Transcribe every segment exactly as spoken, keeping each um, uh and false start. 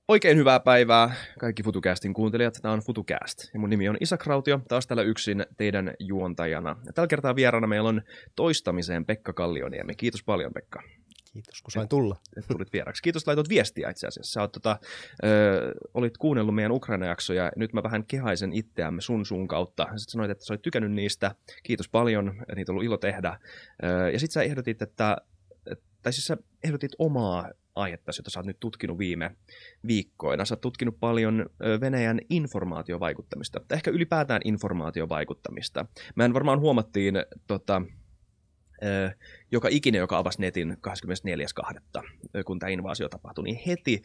Oikein hyvää päivää kaikki FutuCastin kuuntelijat. Tämä on FutuCast ja mun nimi on Isak Rautio, taas täällä yksin teidän juontajana. Ja tällä kertaa vieraana meillä on toistamiseen Pekka Kallioniemi. Kiitos paljon, Pekka. Kiitos, kun sain tulla. Et tulit vieraksi. Kiitos, että laitoit viestiä itse asiassa. Sä oot, tota, ö, olit kuunnellut meidän Ukraina-jaksoja ja nyt mä vähän kehaisen itseämme sun suun kautta. Sitten sanoit, että sä olit tykännyt niistä. Kiitos paljon, niitä on ollut ilo tehdä. Ö, ja sitten sä ehdotit, että, tai siis sä ehdotit omaa aihetta, jota sä oot nyt tutkinut viime viikkoina. Sä oot tutkinut paljon Venäjän informaatiovaikuttamista, tai ehkä ylipäätään informaatiovaikuttamista. Mehän varmaan huomattiin, tota, joka ikinen, joka avasi netin kahdeskymmenesneljäs toinen kun tämä invaasio tapahtui, niin heti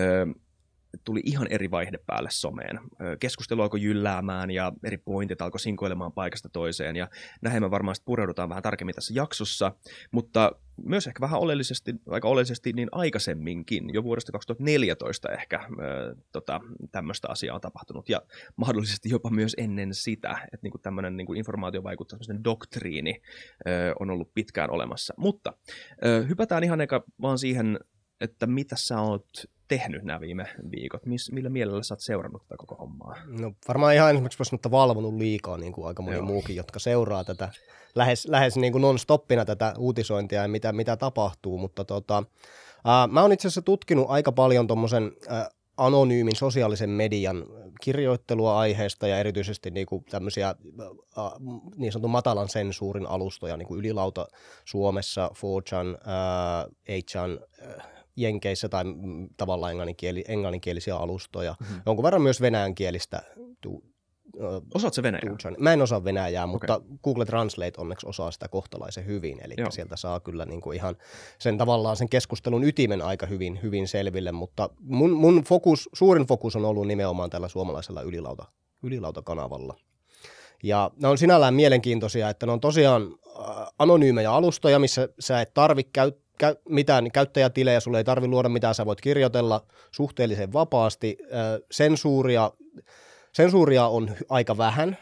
tuli ihan eri vaihde päälle someen. Keskustelu alkoi jylläämään ja eri pointit alkoi sinkoilemaan paikasta toiseen, ja näihin me varmaan pureudutaan vähän tarkemmin tässä jaksossa, mutta myös ehkä vähän oleellisesti, aika oleellisesti niin aikaisemminkin, jo vuodesta kaksituhattaneljätoista ehkä äh, tota, tämmöistä asiaa on tapahtunut, ja mahdollisesti jopa myös ennen sitä, että niinku tämmöinen niinku informaatiovaikuttamisen doktriini äh, on ollut pitkään olemassa. Mutta äh, hypätään ihan eka vaan siihen, että mitä sä oot tehnyt nämä viime viikot? Mis, millä mielellä sä oot seurannut tätä koko hommaa? No varmaan ihan esimerkiksi voisi sanoa, että valvonut liikaa, niin kuin aika moni Joo. muukin, jotka seuraa tätä lähes, lähes niin kuin non-stoppina tätä uutisointia ja mitä, mitä tapahtuu, mutta tota, ää, mä oon itse asiassa tutkinut aika paljon tommosen ää, anonyymin sosiaalisen median kirjoittelua aiheesta ja erityisesti niin kuin tämmöisiä ää, niin sanotun matalan sensuurin alustoja, niin kuin Ylilauta Suomessa, four chan, eight chan, Jenkeissä tai tavallaan englanninkieli, englanninkielisiä alustoja. Mm-hmm. Jonkun verran myös venäjänkielistä. Tu, Osaatko sä venäjää? Tuuchan. Mä en osaa venäjää, mutta okay. Google Translate onneksi osaa sitä kohtalaisen hyvin. Eli Joo. sieltä saa kyllä niinku ihan sen tavallaan sen keskustelun ytimen aika hyvin, hyvin selville. Mutta mun, mun fokus, suurin fokus on ollut nimenomaan tällä suomalaisella ylilauta, ylilauta-kanavalla. Ja ne on sinällään mielenkiintoisia, että ne on tosiaan anonyymejä alustoja, missä sä et tarvitse käyttää mitään käyttäjätilejä, sulle ei tarvitse luoda mitään, sä voit kirjoitella suhteellisen vapaasti. Sensuuria, sensuuria on aika vähän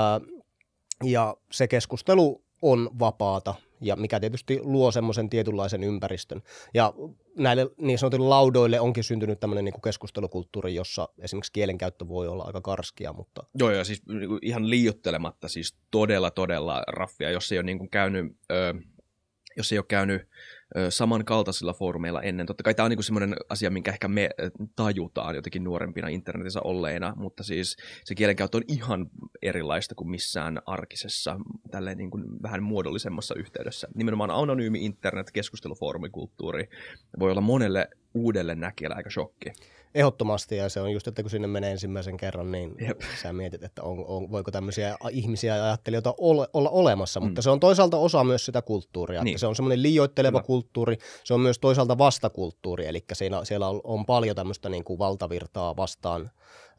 ja se keskustelu on vapaata, ja mikä tietysti luo semmoisen tietynlaisen ympäristön. Ja näille niin sanotuille laudoille onkin syntynyt tämmöinen niin kuin keskustelukulttuuri, jossa esimerkiksi kielenkäyttö voi olla aika karskia. Mutta Joo, ja siis ihan liioittelematta siis todella, todella raffia, jos ei ole niin kuin käynyt... Ö... jos ei ole käynyt ö, samankaltaisilla foorumeilla ennen. Totta kai tämä on niinku semmoinen asia, minkä ehkä me tajutaan jotenkin nuorempina internetissä olleina, mutta siis se kielenkäyttö on ihan erilaista kuin missään arkisessa, tälleen niinku vähän muodollisemmassa yhteydessä. Nimenomaan anonyymi internet, keskustelufoorumikulttuuri voi olla monelle uudelle näkijälle aika shokki. Ehdottomasti, ja se on just, että kun sinne menee ensimmäisen kerran, niin Jep. sä mietit, että on, on, voiko tämmöisiä ihmisiä ja ajattelijoita ole, olla olemassa, mm. mutta se on toisaalta osa myös sitä kulttuuria, niin. että se on semmoinen liioitteleva Kyllä. kulttuuri, se on myös toisaalta vastakulttuuri, eli siellä, siellä on, on paljon tämmöistä niin kuin valtavirtaa vastaan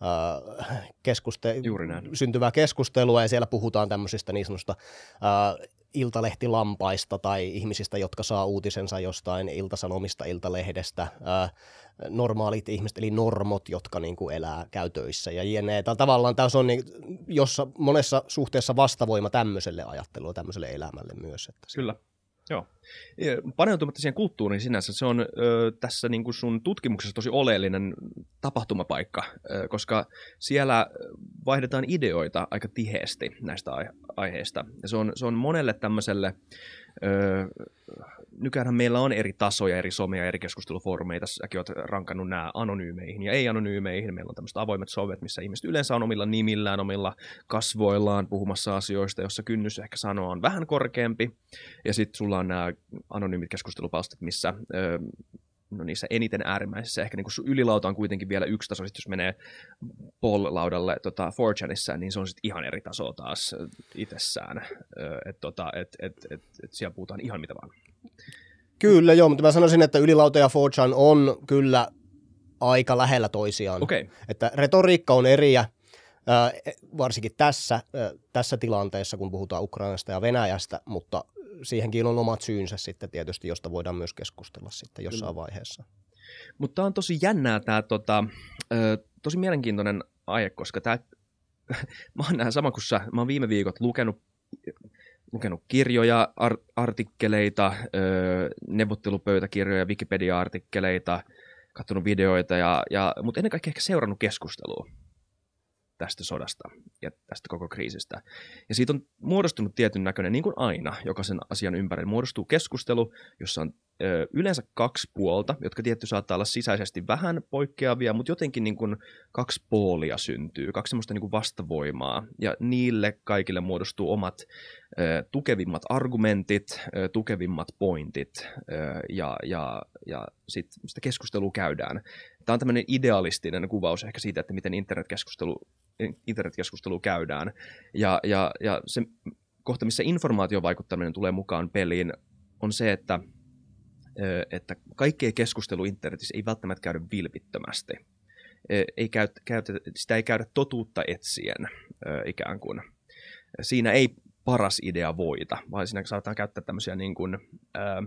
äh, keskuste- syntyvää keskustelua, ja siellä puhutaan tämmöisistä niin sanotusta äh, iltalehtilampaista tai ihmisistä, jotka saa uutisensa jostain iltasanomista, iltalehdestä, ää, normaalit ihmiset, eli normot, jotka niin kuin elää käytöissä ja jne. Tavallaan tässä on niin, jossa monessa suhteessa vastavoima tämmöiselle ajattelulle, tämmöiselle elämälle myös. Että Kyllä. Joo. Paneutumatta siihen kulttuuriin sinänsä, se on ö, tässä niin kuin sun tutkimuksessa tosi oleellinen tapahtumapaikka, ö, koska siellä vaihdetaan ideoita aika tiheesti näistä aiheista. Ja se on, se on monelle tämmöiselle, ö, nykyäänhän meillä on eri tasoja, eri somia, eri keskustelufoorumeita, säkin oot rankannut nämä anonyymeihin ja ei-anonyymeihin. Meillä on tämmöiset avoimet sovet, missä ihmiset yleensä on omilla nimillään, omilla kasvoillaan puhumassa asioista, jossa kynnys ehkä sanoa on vähän korkeampi. Ja sitten sulla on nämä anonyymit keskustelupalstat, missä ö, no niissä eniten äärimmäisissä, ehkä niin kuin ylilauta on kuitenkin vielä yksi taso, sitten jos menee poll-laudalle tota, four chanissa, niin se on sitten ihan eri taso taas itsessään, että tota, et, et, et, et siellä puhutaan ihan mitä vaan. Kyllä joo, mutta mä sanoisin, että ylilauta ja four chan on kyllä aika lähellä toisiaan, okay. että retoriikka on eriä, varsinkin tässä, tässä tilanteessa, kun puhutaan Ukrainasta ja Venäjästä, mutta siihenkin on omat syynsä sitten tietysti, josta voidaan myös keskustella sitten jossain vaiheessa. Mutta tämä on tosi jännää, tämä tota, tosi mielenkiintoinen aihe, koska tämä, mä oon näin sama kuin sä, mä oon viime viikot lukenut, lukenut kirjoja, ar- artikkeleita, neuvottelupöytäkirjoja, Wikipedia-artikkeleita, katsonut videoita, ja, ja, mutta ennen kaikkea ehkä seurannut keskustelua tästä sodasta ja tästä koko kriisistä. Ja siitä on muodostunut tietyn näköinen, niin kuin aina, jokaisen asian ympärillä muodostuu keskustelu, jossa on ö, yleensä kaksi puolta, jotka tietty saattaa olla sisäisesti vähän poikkeavia, mutta jotenkin niin kuin kaksi poolia syntyy, kaksi semmoista niin kuin vastavoimaa, ja niille kaikille muodostuu omat ö, tukevimmat argumentit, ö, tukevimmat pointit, ö, ja, ja, ja sitten sitä keskustelua käydään. Tämä on tämmöinen idealistinen kuvaus ehkä siitä, että miten internetkeskustelu, internetkeskustelu käydään. Ja, ja, ja se kohta, missä informaatiovaikuttaminen tulee mukaan peliin, on se, että, että kaikkea keskustelu internetissä ei välttämättä käydä vilpittömästi. Ei käy, käytä, sitä ei käydä totuutta etsien ikään kuin. Siinä ei paras idea voita, vaan siinä saadaan käyttää tämmöisiä niin kuin, ää,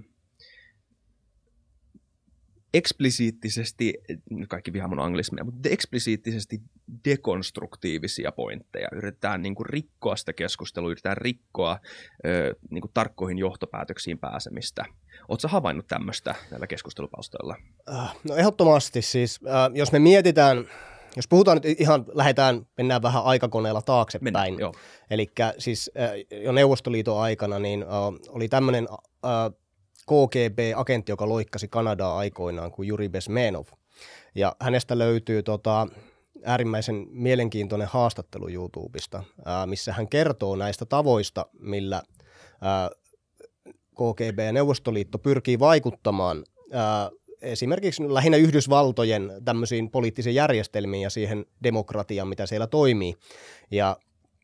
eksplisiittisesti, kaikki vihaa mun anglismia, mutta eksplisiittisesti dekonstruktiivisia pointteja. Yritetään niin kuin rikkoa sitä keskustelua, yritetään rikkoa ö, niin kuin tarkkoihin johtopäätöksiin pääsemistä. Oletko havainnut tämmöistä näillä keskustelupalstoilla? No ehdottomasti siis, äh, jos me mietitään, jos puhutaan nyt ihan, lähdetään, mennään vähän aikakoneella taaksepäin. Eli siis äh, jo Neuvostoliiton aikana niin äh, oli tämmöinen äh, K G B-agentti, joka loikkasi Kanadaa aikoinaan kuin Juri Bezmenov. Ja hänestä löytyy tota, äärimmäisen mielenkiintoinen haastattelu YouTubesta, ää, missä hän kertoo näistä tavoista, millä ää, K G B ja Neuvostoliitto pyrkii vaikuttamaan ää, esimerkiksi lähinnä Yhdysvaltojen tämmöisiin poliittisiin järjestelmiin ja siihen demokratiaan, mitä siellä toimii. Ja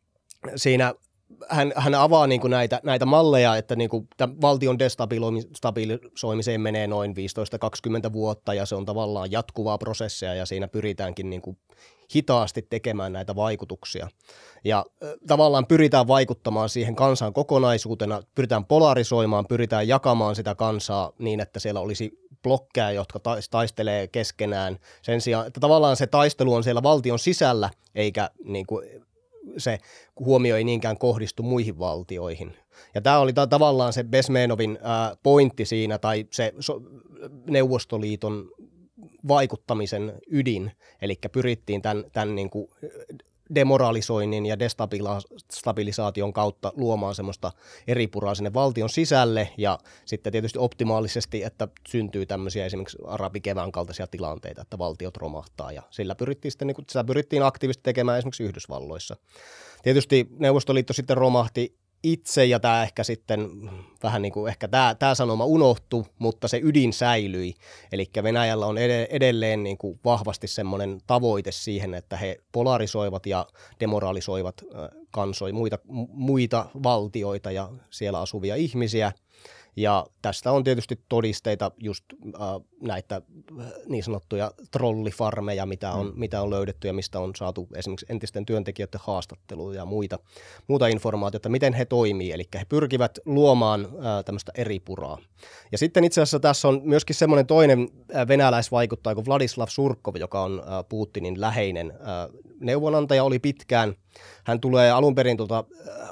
siinä Hän, hän avaa niin kuin näitä, näitä malleja, että niin kuin valtion destabilisoimiseen menee noin viisitoista kaksikymmentä vuotta ja se on tavallaan jatkuvaa prosessia ja siinä pyritäänkin niin kuin hitaasti tekemään näitä vaikutuksia. Ja äh, tavallaan pyritään vaikuttamaan siihen kansaan kokonaisuutena, pyritään polarisoimaan, pyritään jakamaan sitä kansaa niin, että siellä olisi blokkeja, jotka taistelee keskenään sen sijaan, että tavallaan se taistelu on siellä valtion sisällä eikä niin kuin se huomio ei niinkään kohdistu muihin valtioihin. Ja tämä oli ta- tavallaan se Bezmenovin ää, pointti siinä, tai se so- Neuvostoliiton vaikuttamisen ydin, eli pyrittiin tämän, tämän niin kuin demoralisoinnin ja destabilisaation kautta luomaan semmoista eripuraa sinne valtion sisälle, ja sitten tietysti optimaalisesti, että syntyy tämmöisiä esimerkiksi arabikevään kaltaisia tilanteita, että valtiot romahtaa, ja sillä pyrittiin sitten, niin kuin, sitä pyrittiin aktiivisesti tekemään esimerkiksi Yhdysvalloissa. Tietysti Neuvostoliitto sitten romahti itse, ja tämä ehkä sitten vähän niin kuin ehkä tämä, tämä sanoma unohtui, mutta se ydin säilyi. Eli Venäjällä on edelleen niin kuin vahvasti semmoinen tavoite siihen, että he polarisoivat ja demoralisoivat kansoja, muita, muita valtioita ja siellä asuvia ihmisiä. Ja tästä on tietysti todisteita just äh, näitä niin sanottuja trollifarmeja, mitä on, mm. mitä on löydetty ja mistä on saatu esimerkiksi entisten työntekijöiden haastatteluja ja muita, muuta informaatiota, miten he toimii. Eli he pyrkivät luomaan äh, tämmöistä eripuraa. Ja sitten itse asiassa tässä on myöskin semmoinen toinen äh, venäläisvaikuttaja kuin Vladislav Surkov, joka on äh, Putinin läheinen äh, neuvonantaja, oli pitkään. Hän tulee alun perin tuolta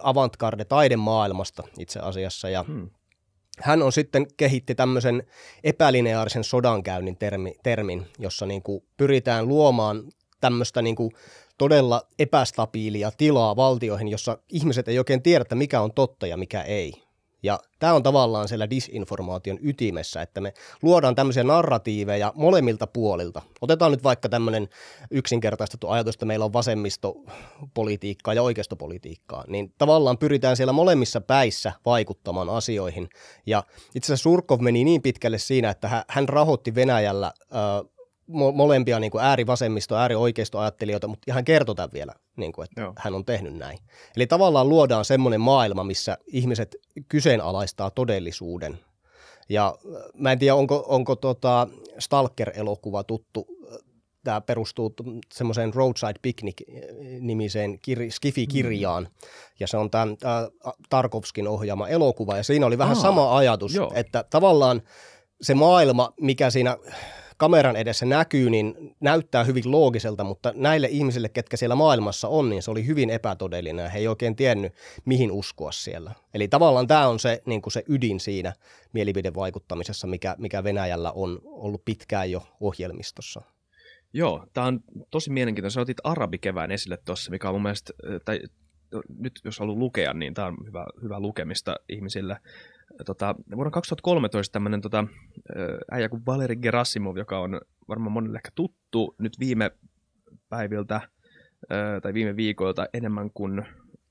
avantgarde-taidemaailmasta itse asiassa ja hmm. hän on sitten kehitti tämmöisen epälineaarisen sodankäynnin termi, termin, jossa niin kuin pyritään luomaan tämmöistä niin kuin todella epästabiilia tilaa valtioihin, jossa ihmiset ei oikein tiedä, että mikä on totta ja mikä ei. Ja tämä on tavallaan siellä disinformaation ytimessä, että me luodaan tämmöisiä narratiiveja molemmilta puolilta. Otetaan nyt vaikka tämmöinen yksinkertaistettu ajatus, että meillä on vasemmistopolitiikkaa ja oikeistopolitiikkaa, niin tavallaan pyritään siellä molemmissa päissä vaikuttamaan asioihin. Ja itse asiassa Surkov meni niin pitkälle siinä, että hän rahoitti Venäjällä äh, molempia niin kuin äärivasemmisto- ja äärioikeistoajattelijoita, mutta hän kertoi tämän vielä, niin kuin, että Joo. hän on tehnyt näin. Eli tavallaan luodaan semmoinen maailma, missä ihmiset kyseenalaistaa todellisuuden. Ja mä en tiedä, onko, onko tota Stalker-elokuva tuttu. Tämä perustuu semmoiseen Roadside Picnic-nimiseen kir- Skifi-kirjaan, mm. ja se on tämän äh, Tarkovskin ohjaama elokuva, ja siinä oli vähän Aa, sama ajatus, jo. että tavallaan se maailma, mikä siinä kameran edessä näkyy, niin näyttää hyvin loogiselta, mutta näille ihmisille, ketkä siellä maailmassa on, niin se oli hyvin epätodellinen ja he ei oikein tiennyt, mihin uskoa siellä. Eli tavallaan tämä on se, niin kuin se ydin siinä mielipidevaikuttamisessa, mikä, mikä Venäjällä on ollut pitkään jo ohjelmistossa. Joo, tämä on tosi mielenkiintoinen. Sä otit arabikevään esille tuossa, mikä on mun mielestä, tai nyt jos haluaa lukea, niin tämä on hyvä, hyvä lukemista ihmisille. Tota, vuonna kaksituhattakolmetoista tämmöinen tota, äijä kuin Valeri Gerasimov, joka on varmaan monille ehkä tuttu nyt viime päiviltä tai viime viikoilta enemmän kuin,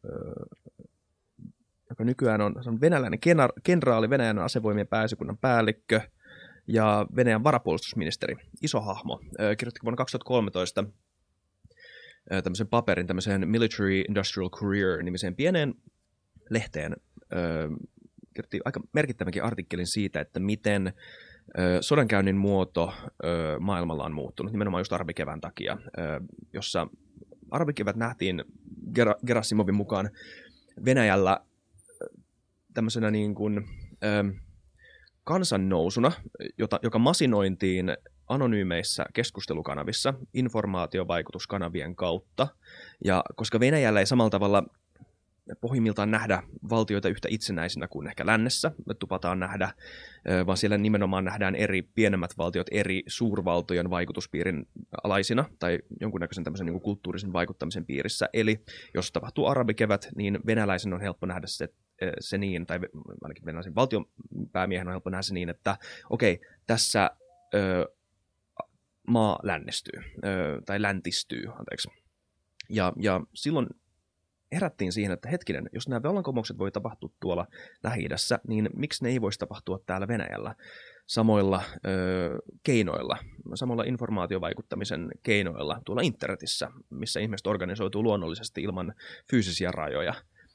joka nykyään on, on venäläinen kenraali, Venäjän asevoimien pääesikunnan päällikkö ja Venäjän varapuolustusministeri, iso hahmo, kirjoitti vuonna kaksituhattakolmetoista tämmöisen paperin, tämmöiseen Military Industrial Career-nimiseen pieneen lehteen, kirjoitti aika merkittävänkin artikkelin siitä, että miten ö, sodankäynnin muoto ö, maailmalla on muuttunut, nimenomaan just arabikevään takia, ö, jossa arabikevät nähtiin Ger- Gerasimovin mukaan Venäjällä tämmöisenä niin kuin, ö, kansannousuna, jota, joka masinointiin anonyymeissä keskustelukanavissa informaatiovaikutuskanavien kautta, ja koska Venäjällä ei samalla tavalla pohjimmiltaan nähdä valtioita yhtä itsenäisinä kuin ehkä lännessä, me tupataan nähdä, vaan siellä nimenomaan nähdään eri pienemmät valtiot eri suurvaltojen vaikutuspiirin alaisina tai jonkunnäköisen tämmöisen niin kuin kulttuurisen vaikuttamisen piirissä. Eli jos tapahtuu arabikevät, niin venäläisen on helppo nähdä se, se niin, tai ainakin venäläisen valtionpäämiehen on helppo nähdä se niin, että okei, tässä ö, maa lännestyy, ö, tai läntistyy, anteeksi. Ja, ja silloin herättiin siihen, että hetkinen, jos nämä vallankumoukset voi tapahtua tuolla Lähi-idässä, niin miksi ne ei voisi tapahtua täällä Venäjällä samoilla ö, keinoilla, samoilla informaatiovaikuttamisen keinoilla tuolla internetissä, missä ihmiset organisoituu luonnollisesti ilman fyysisiä rajoja.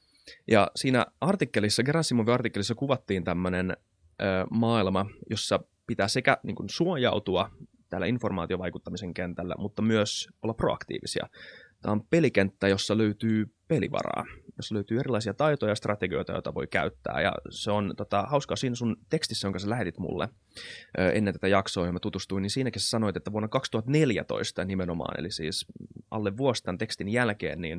Ja siinä artikkelissa, Gerasimovin artikkelissa kuvattiin tämmöinen ö, maailma, jossa pitää sekä niin kuin suojautua täällä informaatiovaikuttamisen kentällä, mutta myös olla proaktiivisia. Tämä on pelikenttä, jossa löytyy pelivaraa, jossa löytyy erilaisia taitoja ja strategioita, joita voi käyttää. Ja se on tota, hauskaa siinä sun tekstissä, jonka sä lähetit mulle ö, ennen tätä jaksoa, johon mä tutustuin, niin siinäkin sä sanoit, että vuonna kaksituhattaneljätoista nimenomaan, eli siis alle vuosi tämän tekstin jälkeen, niin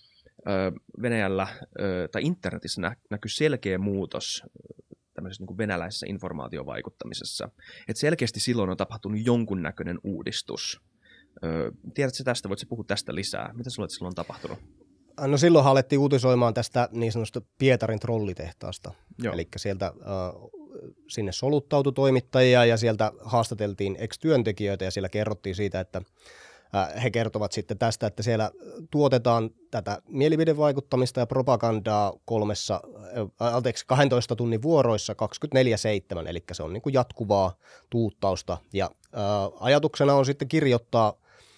ö, Venäjällä ö, tai internetissä nä- näkyy selkeä muutos tämmöisessä niin kuin venäläisessä informaatiovaikuttamisessa. Että selkeästi silloin on tapahtunut jonkunnäköinen uudistus. Öö, tiedätkö tästä? Voitko puhua tästä lisää? Mitä sinulle silloin on tapahtunut? No silloin alettiin uutisoimaan tästä niin sanotusta Pietarin trollitehtaasta. Eli sieltä äh, sinne soluttautui toimittajia ja sieltä haastateltiin ex-työntekijöitä ja siellä kerrottiin siitä, että äh, he kertovat sitten tästä, että siellä tuotetaan tätä mielipidevaikuttamista ja propagandaa kolmessa, äh, anteeksi, kahdentoista tunnin vuoroissa kaksikymmentäneljä seitsemän, eli se on niin kuin jatkuvaa tuuttausta ja äh, ajatuksena on sitten kirjoittaa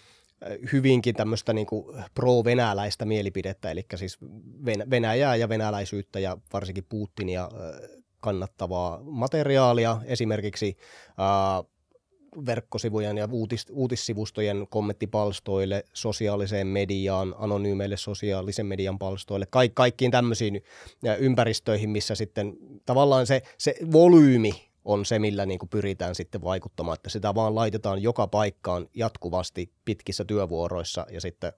hyvinkin tämmöistä niin kuin pro-venäläistä mielipidettä, eli siis Venäjää ja venäläisyyttä ja varsinkin Putinia kannattavaa materiaalia, esimerkiksi äh, verkkosivujen ja uutis, uutissivustojen kommenttipalstoille, sosiaaliseen mediaan, anonyymeille sosiaalisen median palstoille, ka- kaikkiin tämmöisiin ympäristöihin, missä sitten tavallaan se, se volyymi on se, millä niin kuin pyritään sitten vaikuttamaan, että sitä vaan laitetaan joka paikkaan jatkuvasti pitkissä työvuoroissa ja sitten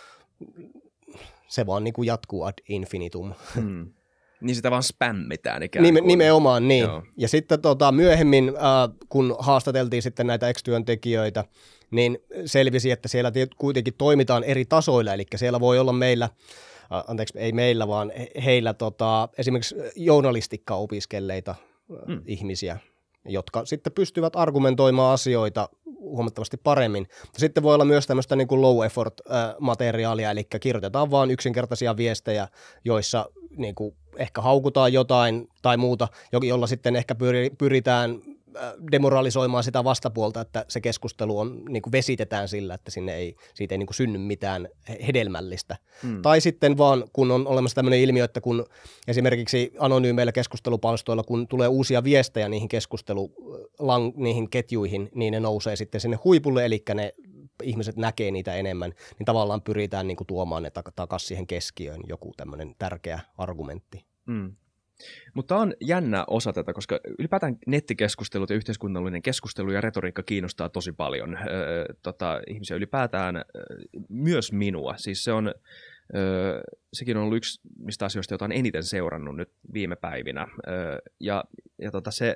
se vaan niin kuin jatkuu ad infinitum. Hmm. Niin sitä vaan spämmitään ikään kuin. Nimenomaan niin. Joo. Ja sitten tota, myöhemmin, äh, kun haastateltiin sitten näitä ex-työntekijöitä, niin selvisi, että siellä kuitenkin toimitaan eri tasoilla, eli siellä voi olla meillä, äh, anteeksi, ei meillä, vaan heillä tota, esimerkiksi journalistikka-opiskelleita Hmm. ihmisiä, jotka sitten pystyvät argumentoimaan asioita huomattavasti paremmin. Sitten voi olla myös tämmöistä niin kuin low effort äh, materiaalia, eli kirjoitetaan vaan yksinkertaisia viestejä, joissa niin kuin ehkä haukutaan jotain tai muuta, jolla sitten ehkä pyritään demoralisoimaan sitä vastapuolta, että se keskustelu on, niin kuin vesitetään sillä, että sinne ei, siitä ei niin kuin synny mitään hedelmällistä. Hmm. Tai sitten vaan, kun on olemassa tämmöinen ilmiö, että kun esimerkiksi anonyymeillä keskustelupalstoilla, kun tulee uusia viestejä niihin keskustelu, niihin ketjuihin, niin ne nousee sitten sinne huipulle, eli ne ihmiset näkee niitä enemmän, niin tavallaan pyritään niin kuin tuomaan ne takaisin siihen keskiöön, joku tämmöinen tärkeä argumentti. Hmm. Mutta tämä on jännä osa tätä, koska ylipäätään nettikeskustelut ja yhteiskunnallinen keskustelu ja retoriikka kiinnostaa tosi paljon öö, tota, ihmisiä ylipäätään, öö, myös minua. Siis se on, öö, sekin on ollut yksi mistä asioista, jota olen eniten seurannut nyt viime päivinä. Öö, ja ja tota, se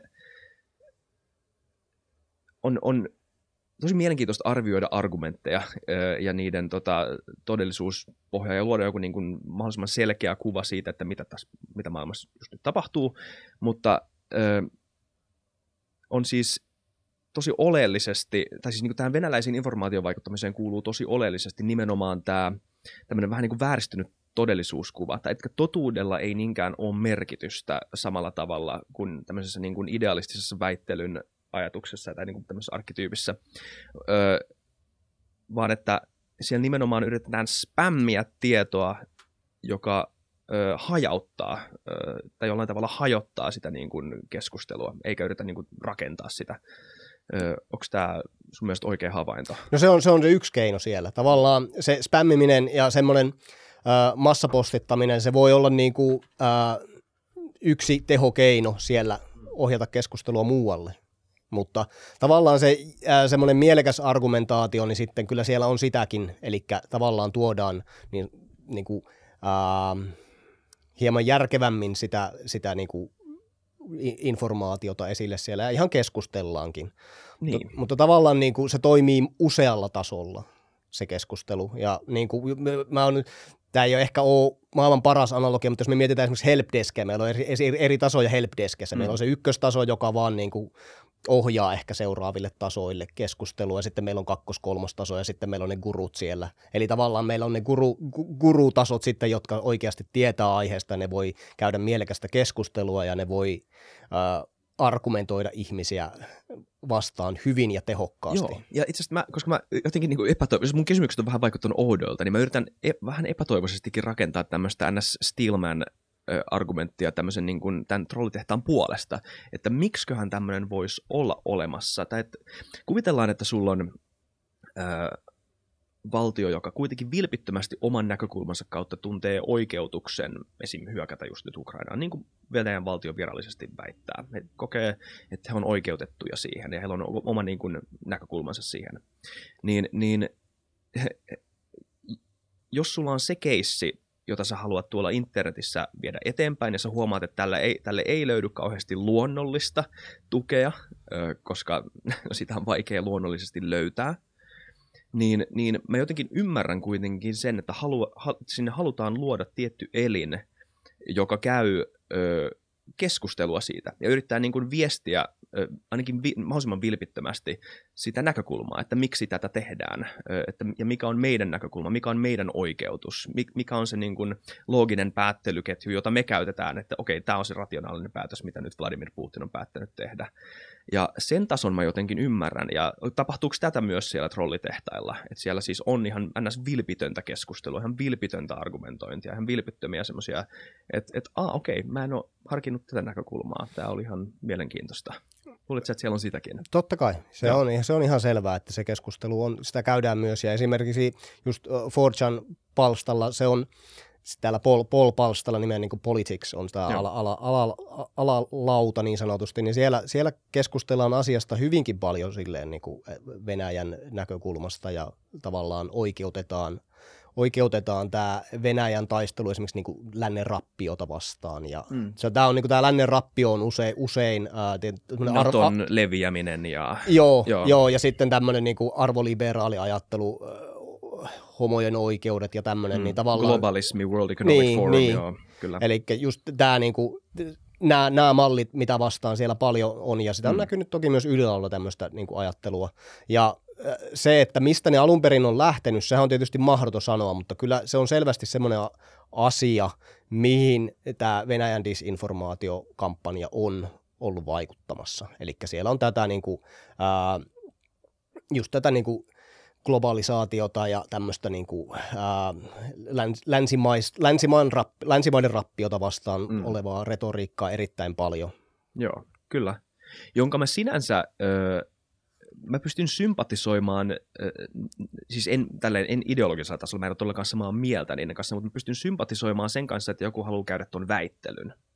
on, on tosi mielenkiintoista arvioida argumentteja öö, ja niiden tota, todellisuuspohjaa ja luoda joku niin kuin mahdollisimman selkeä kuva siitä, että mitä, tässä, mitä maailmassa just nyt tapahtuu, mutta öö, on siis tosi oleellisesti, tai siis niin kuin tähän venäläisiin informaatiovaikuttamiseen kuuluu tosi oleellisesti nimenomaan tämä tämmöinen vähän niin kuin vääristynyt todellisuuskuva, tai että totuudella ei niinkään ole merkitystä samalla tavalla kuin tämmöisessä niin kuin idealistisessa väittelyn ajatuksessa tai niin kuin tämmöisessä arkkityypissä, öö, vaan että siellä nimenomaan yritetään spämmiä tietoa, joka ö, hajauttaa ö, tai jollain tavalla hajottaa sitä niin kuin keskustelua, eikä yritä niin kuin rakentaa sitä. Onko tämä sun mielestä oikea havainto? No se on, se on se yksi keino siellä. Tavallaan se spämmiminen ja semmoinen äh, massapostittaminen, se voi olla niin kuin, äh, yksi tehokeino siellä ohjata keskustelua muualle. Mutta tavallaan se äh, semmoinen mielekäs argumentaatio, niin sitten kyllä siellä on sitäkin, eli tavallaan tuodaan niin, niin kuin, äh, hieman järkevämmin sitä, sitä niin kuin informaatiota esille siellä ja ihan keskustellaankin. Niin. Mutta, mutta tavallaan niin kuin se toimii usealla tasolla se keskustelu. Ja niin kuin, mä on, tämä ei ole ehkä ole maailman paras analogia, mutta jos me mietitään esimerkiksi helpdeskeä, meillä on eri, eri, eri tasoja helpdeskessä. Mm. Meillä on se ykköstaso, joka vaan niin kuin ohjaa ehkä seuraaville tasoille keskustelua, ja sitten meillä on kakkos-kolmostaso, ja sitten meillä on ne gurut siellä. Eli tavallaan meillä on ne guru, gurutasot sitten, jotka oikeasti tietää aiheesta, ja ne voi käydä mielekästä keskustelua, ja ne voi äh, argumentoida ihmisiä vastaan hyvin ja tehokkaasti. Joo, ja itse asiassa mä, koska mä jotenkin niin epätoivoisesti, mun kysymykset on vähän vaikuttanut oudolta, niin mä yritän e- vähän epätoivoisestikin rakentaa tämmöistä N S Stillman argumenttia tämmöisen niin kuin tämän trollitehtaan puolesta, että miksiköhän tämmöinen voisi olla olemassa. Tai että kuvitellaan, että sulla on ää, valtio, joka kuitenkin vilpittömästi oman näkökulmansa kautta tuntee oikeutuksen esim. Hyökätä just nyt Ukrainaan, niin kuin Venäjän valtio virallisesti väittää. He kokee, että he on oikeutettuja siihen ja heillä on oma niin kuin näkökulmansa siihen. Niin, niin jos sulla on se keissi, jota sä haluat tuolla internetissä viedä eteenpäin, ja sä huomaat, että tälle ei, tälle ei löydy kauheasti luonnollista tukea, koska sitä on vaikea luonnollisesti löytää, niin, niin mä jotenkin ymmärrän kuitenkin sen, että halu, ha, sinne halutaan luoda tietty elin, joka käy ö, keskustelua siitä, ja yrittää niin kuin viestiä ö, ainakin vi, mahdollisimman vilpittömästi sitä näkökulmaa, että miksi tätä tehdään, ö, että, ja mikä on meidän näkökulma, mikä on meidän oikeutus, mikä on se niin kuin looginen päättelyketju, jota me käytetään, että okei, tämä on se rationaalinen päätös, mitä nyt Vladimir Putin on päättänyt tehdä. Ja sen tason mä jotenkin ymmärrän, ja tapahtuuko tätä myös siellä trollitehtailla, että siellä siis on ihan ns. Vilpitöntä keskustelua, ihan vilpitöntä argumentointia, ihan vilpittömiä semmoisia, että et, ah, okei, mä en ole harkinnut tätä näkökulmaa, tämä oli ihan mielenkiintoista. Luuletko, että siellä on sitäkin? Totta kai, se on, se on ihan selvää, että se keskustelu on, sitä käydään myös, ja esimerkiksi just four chan palstalla se on, täällä Paul, Paul palstalla nimen niin kuin Politics on tämä ala, ala, ala, alalauta niin sanotusti, niin siellä, siellä keskustellaan asiasta hyvinkin paljon silleen niin kuin Venäjän näkökulmasta ja tavallaan oikeutetaan, oikeutetaan tämä Venäjän taistelu esimerkiksi niin kuin lännen rappiota vastaan. Ja mm. se, tämä on niin kuin tämä lännen rappio on usein, usein ää, Naton arvo, leviäminen ja... Joo, joo. joo ja sitten tämmöinen niin kuin arvoliberaali ajattelu, homojen oikeudet ja tämmöinen, mm, niin tavallaan... Globalismi, World Economic niin, Forum, niin. joo, kyllä. Eli just tämä niinku, nämä, nämä mallit, mitä vastaan siellä paljon on, ja sitä on mm. näkynyt toki myös ylilailla tämmöistä niinku ajattelua. Ja se, että mistä ne alun perin on lähtenyt, sehän on tietysti mahdoton sanoa, mutta kyllä se on selvästi semmoinen asia, mihin tämä Venäjän disinformaatiokampanja on ollut vaikuttamassa. Eli siellä on tätä niinku, ää, just tätä niinku, globalisaatiota ja tämmöistä niin kuin, ää, länsimais, länsimaiden, rappi, länsimaiden rappiota vastaan mm. olevaa retoriikkaa erittäin paljon. Joo, kyllä. Jonka mä sinänsä, ö, mä pystyn sympatisoimaan, ö, siis en, tälleen, en ideologisella tasolla, mä en ole todellakaan samaa mieltä niiden kanssa, mutta mä pystyn sympatisoimaan sen kanssa, että joku haluaa käydä tuon väittelyn.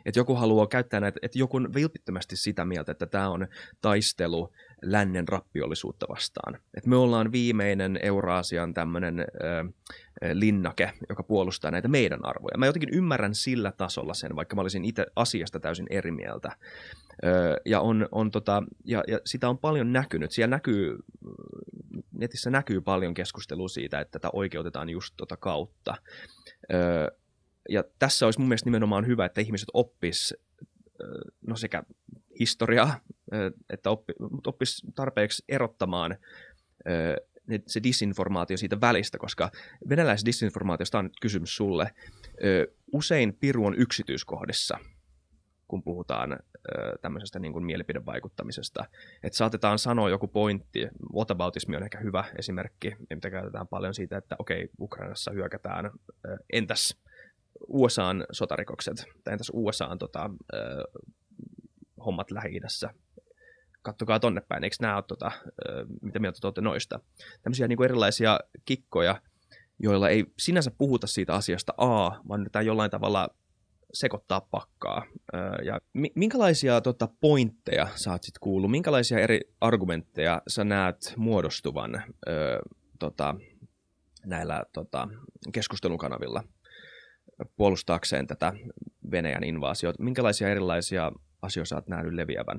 Että joku haluaa käyttää näitä, että joku on vilpittömästi sitä mieltä, että tämä on taistelu lännen rappiollisuutta vastaan. Että me ollaan viimeinen Euraasian tämmöinen äh, linnake, joka puolustaa näitä meidän arvoja. Mä jotenkin ymmärrän sillä tasolla sen, vaikka mä olisin itse asiasta täysin eri mieltä. Äh, ja, on, on tota, ja, ja sitä on paljon näkynyt. Siellä näkyy, netissä näkyy paljon keskustelua siitä, että tätä oikeutetaan just tota kautta. Äh, ja tässä olisi mun mielestä nimenomaan hyvä, että ihmiset oppis no sekä historiaa, että oppi, oppis tarpeeksi erottamaan se disinformaatio siitä välistä, koska venäläisessä disinformaatiosta on nyt kysymys sulle. Usein piru on yksityiskohdissa, kun puhutaan tämmöisestä niin kuin mielipidevaikuttamisesta. Että saatetaan sanoa joku pointti. Whataboutismi on ehkä hyvä esimerkki, mitä käytetään paljon siitä, että okei, Ukrainassa hyökätään. Entäs U S A:n sotarikokset, tai entäs U S A:n tota, äh, hommat Lähi-idässä. Kattokaa tonne päin, eikö nämä ole, tota, äh, mitä mieltä te olette noista? Tämmöisiä niin kuin erilaisia kikkoja, joilla ei sinänsä puhuta siitä asiasta A, vaan yritetään jollain tavalla sekoittaa pakkaa. Äh, ja minkälaisia tota, pointteja sä oot sit kuullut, minkälaisia eri argumentteja sä näet muodostuvan äh, tota, näillä tota, keskustelukanavilla puolustaakseen tätä Venäjän invaasiota? Minkälaisia erilaisia asioita sä oot nähnyt leviävän?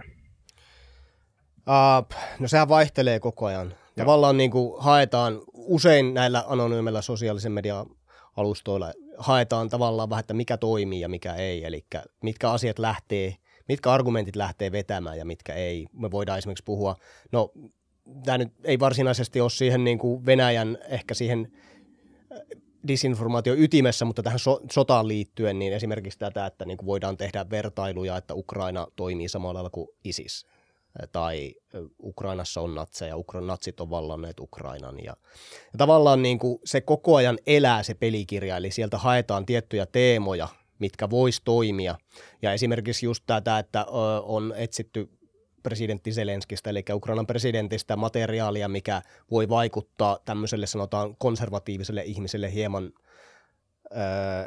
Uh, no sehän vaihtelee koko ajan. Joo. Tavallaan niin kuin haetaan, usein näillä anonyymeillä sosiaalisen median alustoilla haetaan tavallaan vähän, että mikä toimii ja mikä ei, eli mitkä asiat lähtee, mitkä argumentit lähtee vetämään ja mitkä ei. Me voidaan esimerkiksi puhua, no tämä nyt ei varsinaisesti ole siihen niin kuin Venäjän ehkä siihen disinformaatio ytimessä, mutta tähän so- sotaan liittyen, niin esimerkiksi tätä, että niin kuin voidaan tehdä vertailuja, että Ukraina toimii samalla lailla kuin ISIS, tai Ukrainassa on natseja, Ukra- natsit on vallanneet Ukrainan, ja, ja tavallaan niin kuin se koko ajan elää se pelikirja, eli sieltä haetaan tiettyjä teemoja, mitkä vois toimia, ja esimerkiksi just tätä, että on etsitty presidentti Zelenskistä, eli Ukrainan presidentistä materiaalia, mikä voi vaikuttaa tämmöiselle sanotaan konservatiiviselle ihmiselle hieman öö,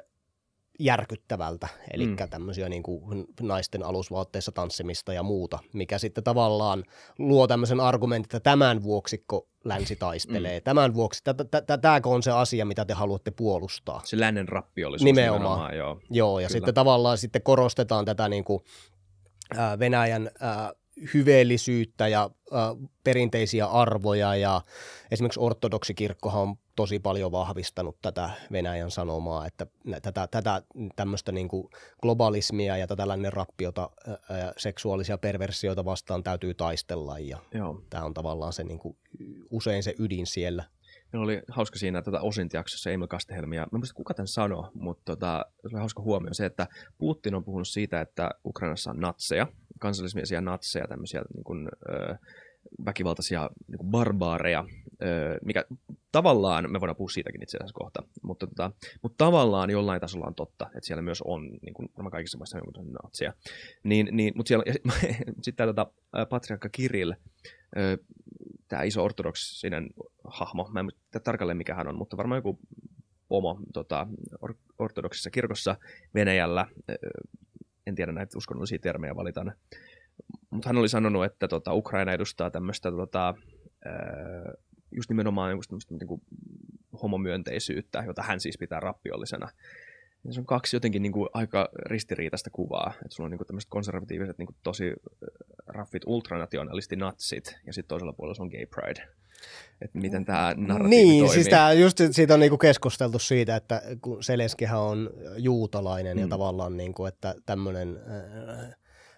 järkyttävältä, eli mm. tämmöisiä niin kuin naisten alusvaatteissa tanssimista ja muuta, mikä sitten tavallaan luo tämmöisen argumentin, että tämän vuoksiko länsi taistelee, mm. tämän vuoksi, tämäkö on se asia, mitä te haluatte puolustaa. Se lännen rappiollisuus. Nimenomaan, nimenomaan joo. joo ja Kyllä. sitten tavallaan sitten korostetaan tätä niin kuin, ää, Venäjän ää, hyveellisyyttä ja äh, perinteisiä arvoja, ja esimerkiksi ortodoksikirkkohan on tosi paljon vahvistanut tätä Venäjän sanomaa, että tätä, tätä tämmöistä niin kuin globalismia ja tätä lännen rappiota äh, ja seksuaalisia perversioita vastaan täytyy taistella, ja Joo. tämä on tavallaan se niin kuin, usein se ydin siellä. Meillä oli hauska siinä tätä Osinti-jaksossa Emil Kastehelmi, ja mä en muista kuka tämän sanoi, mutta tota, se oli hauska huomio se, että Putin on puhunut siitä, että Ukrainassa on natseja, kansallismielisiä natseja, tämmöisiä niin kuin, ö, väkivaltaisia niin kuin barbaareja, ö, mikä tavallaan, me voidaan puhua siitäkin itse asiassa kohta, mutta, tota, mutta tavallaan jollain tasolla on totta, että siellä myös on, niin kuin nämä kaikissa maissa on natseja. Niin, niin, mutta siellä sitten tämä tota, patriarkka Kirill, ö, tämä iso ortodoksinen hahmo, mä en tiedä tarkalleen mikä hän on, mutta varmaan joku pomo tota, or- ortodoksissa kirkossa Venäjällä, en tiedä näitä uskonnollisia termejä valitaan, mutta hän oli sanonut, että tota, Ukraina edustaa tämmöistä tota, just nimenomaan just niin kuin homomyönteisyyttä, jota hän siis pitää rappiollisena. Ja se on kaksi jotenkin niin kuin aika ristiriitaista kuvaa, että sulla on niin kuin tämmöiset konservatiiviset, niin kuin tosi raffit ultranationalisti natsit, ja sitten toisella puolella on gay pride. Että miten tämä narratiivi niin, toimii. Siis tää, just siitä on niinku keskusteltu siitä, että kun Zelenskihän on juutalainen mm. ja tavallaan, niinku, että tämmöinen äh,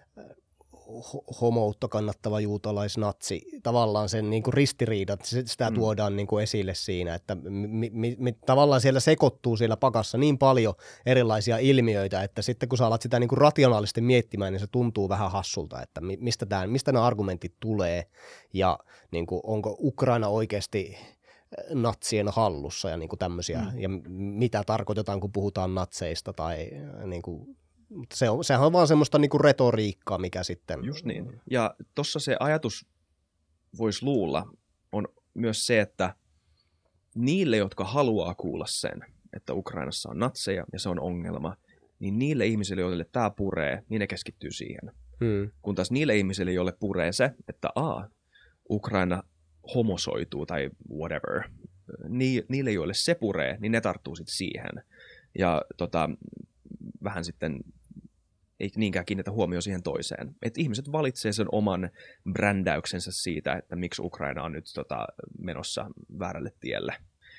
homoutta kannattava juutalaisnatsi, tavallaan sen niinku ristiriidat, sitä mm. tuodaan niinku esille siinä, että mi, mi, mi, tavallaan siellä sekoittuu siellä pakassa niin paljon erilaisia ilmiöitä, että sitten kun sä alat sitä niinku rationaalisesti miettimään, niin se tuntuu vähän hassulta, että mistä, tää, mistä nämä argumentit tulee ja niinku, onko Ukraina oikeasti natsien hallussa ja niinku tämmöisiä, mm. ja mitä tarkoitetaan, kun puhutaan natseista tai niinku mutta se on, sehän on vaan semmoista niinku retoriikkaa, mikä sitten... Just niin. Ja tuossa se ajatus voisi luulla on myös se, että niille, jotka haluaa kuulla sen, että Ukrainassa on natseja ja se on ongelma, niin niille ihmisille, joille tämä puree, niin ne keskittyy siihen. Hmm. Kun taas niille ihmisille, joille puree se, että a, Ukraina homosoituu tai whatever, Ni, niille, joille se puree, niin ne tarttuu sitten siihen. Ja tota, vähän sitten ei niinkään kiinnitä huomioon siihen toiseen. Että ihmiset valitsee sen oman brändäyksensä siitä, että miksi Ukraina on nyt tota, menossa väärälle tielle.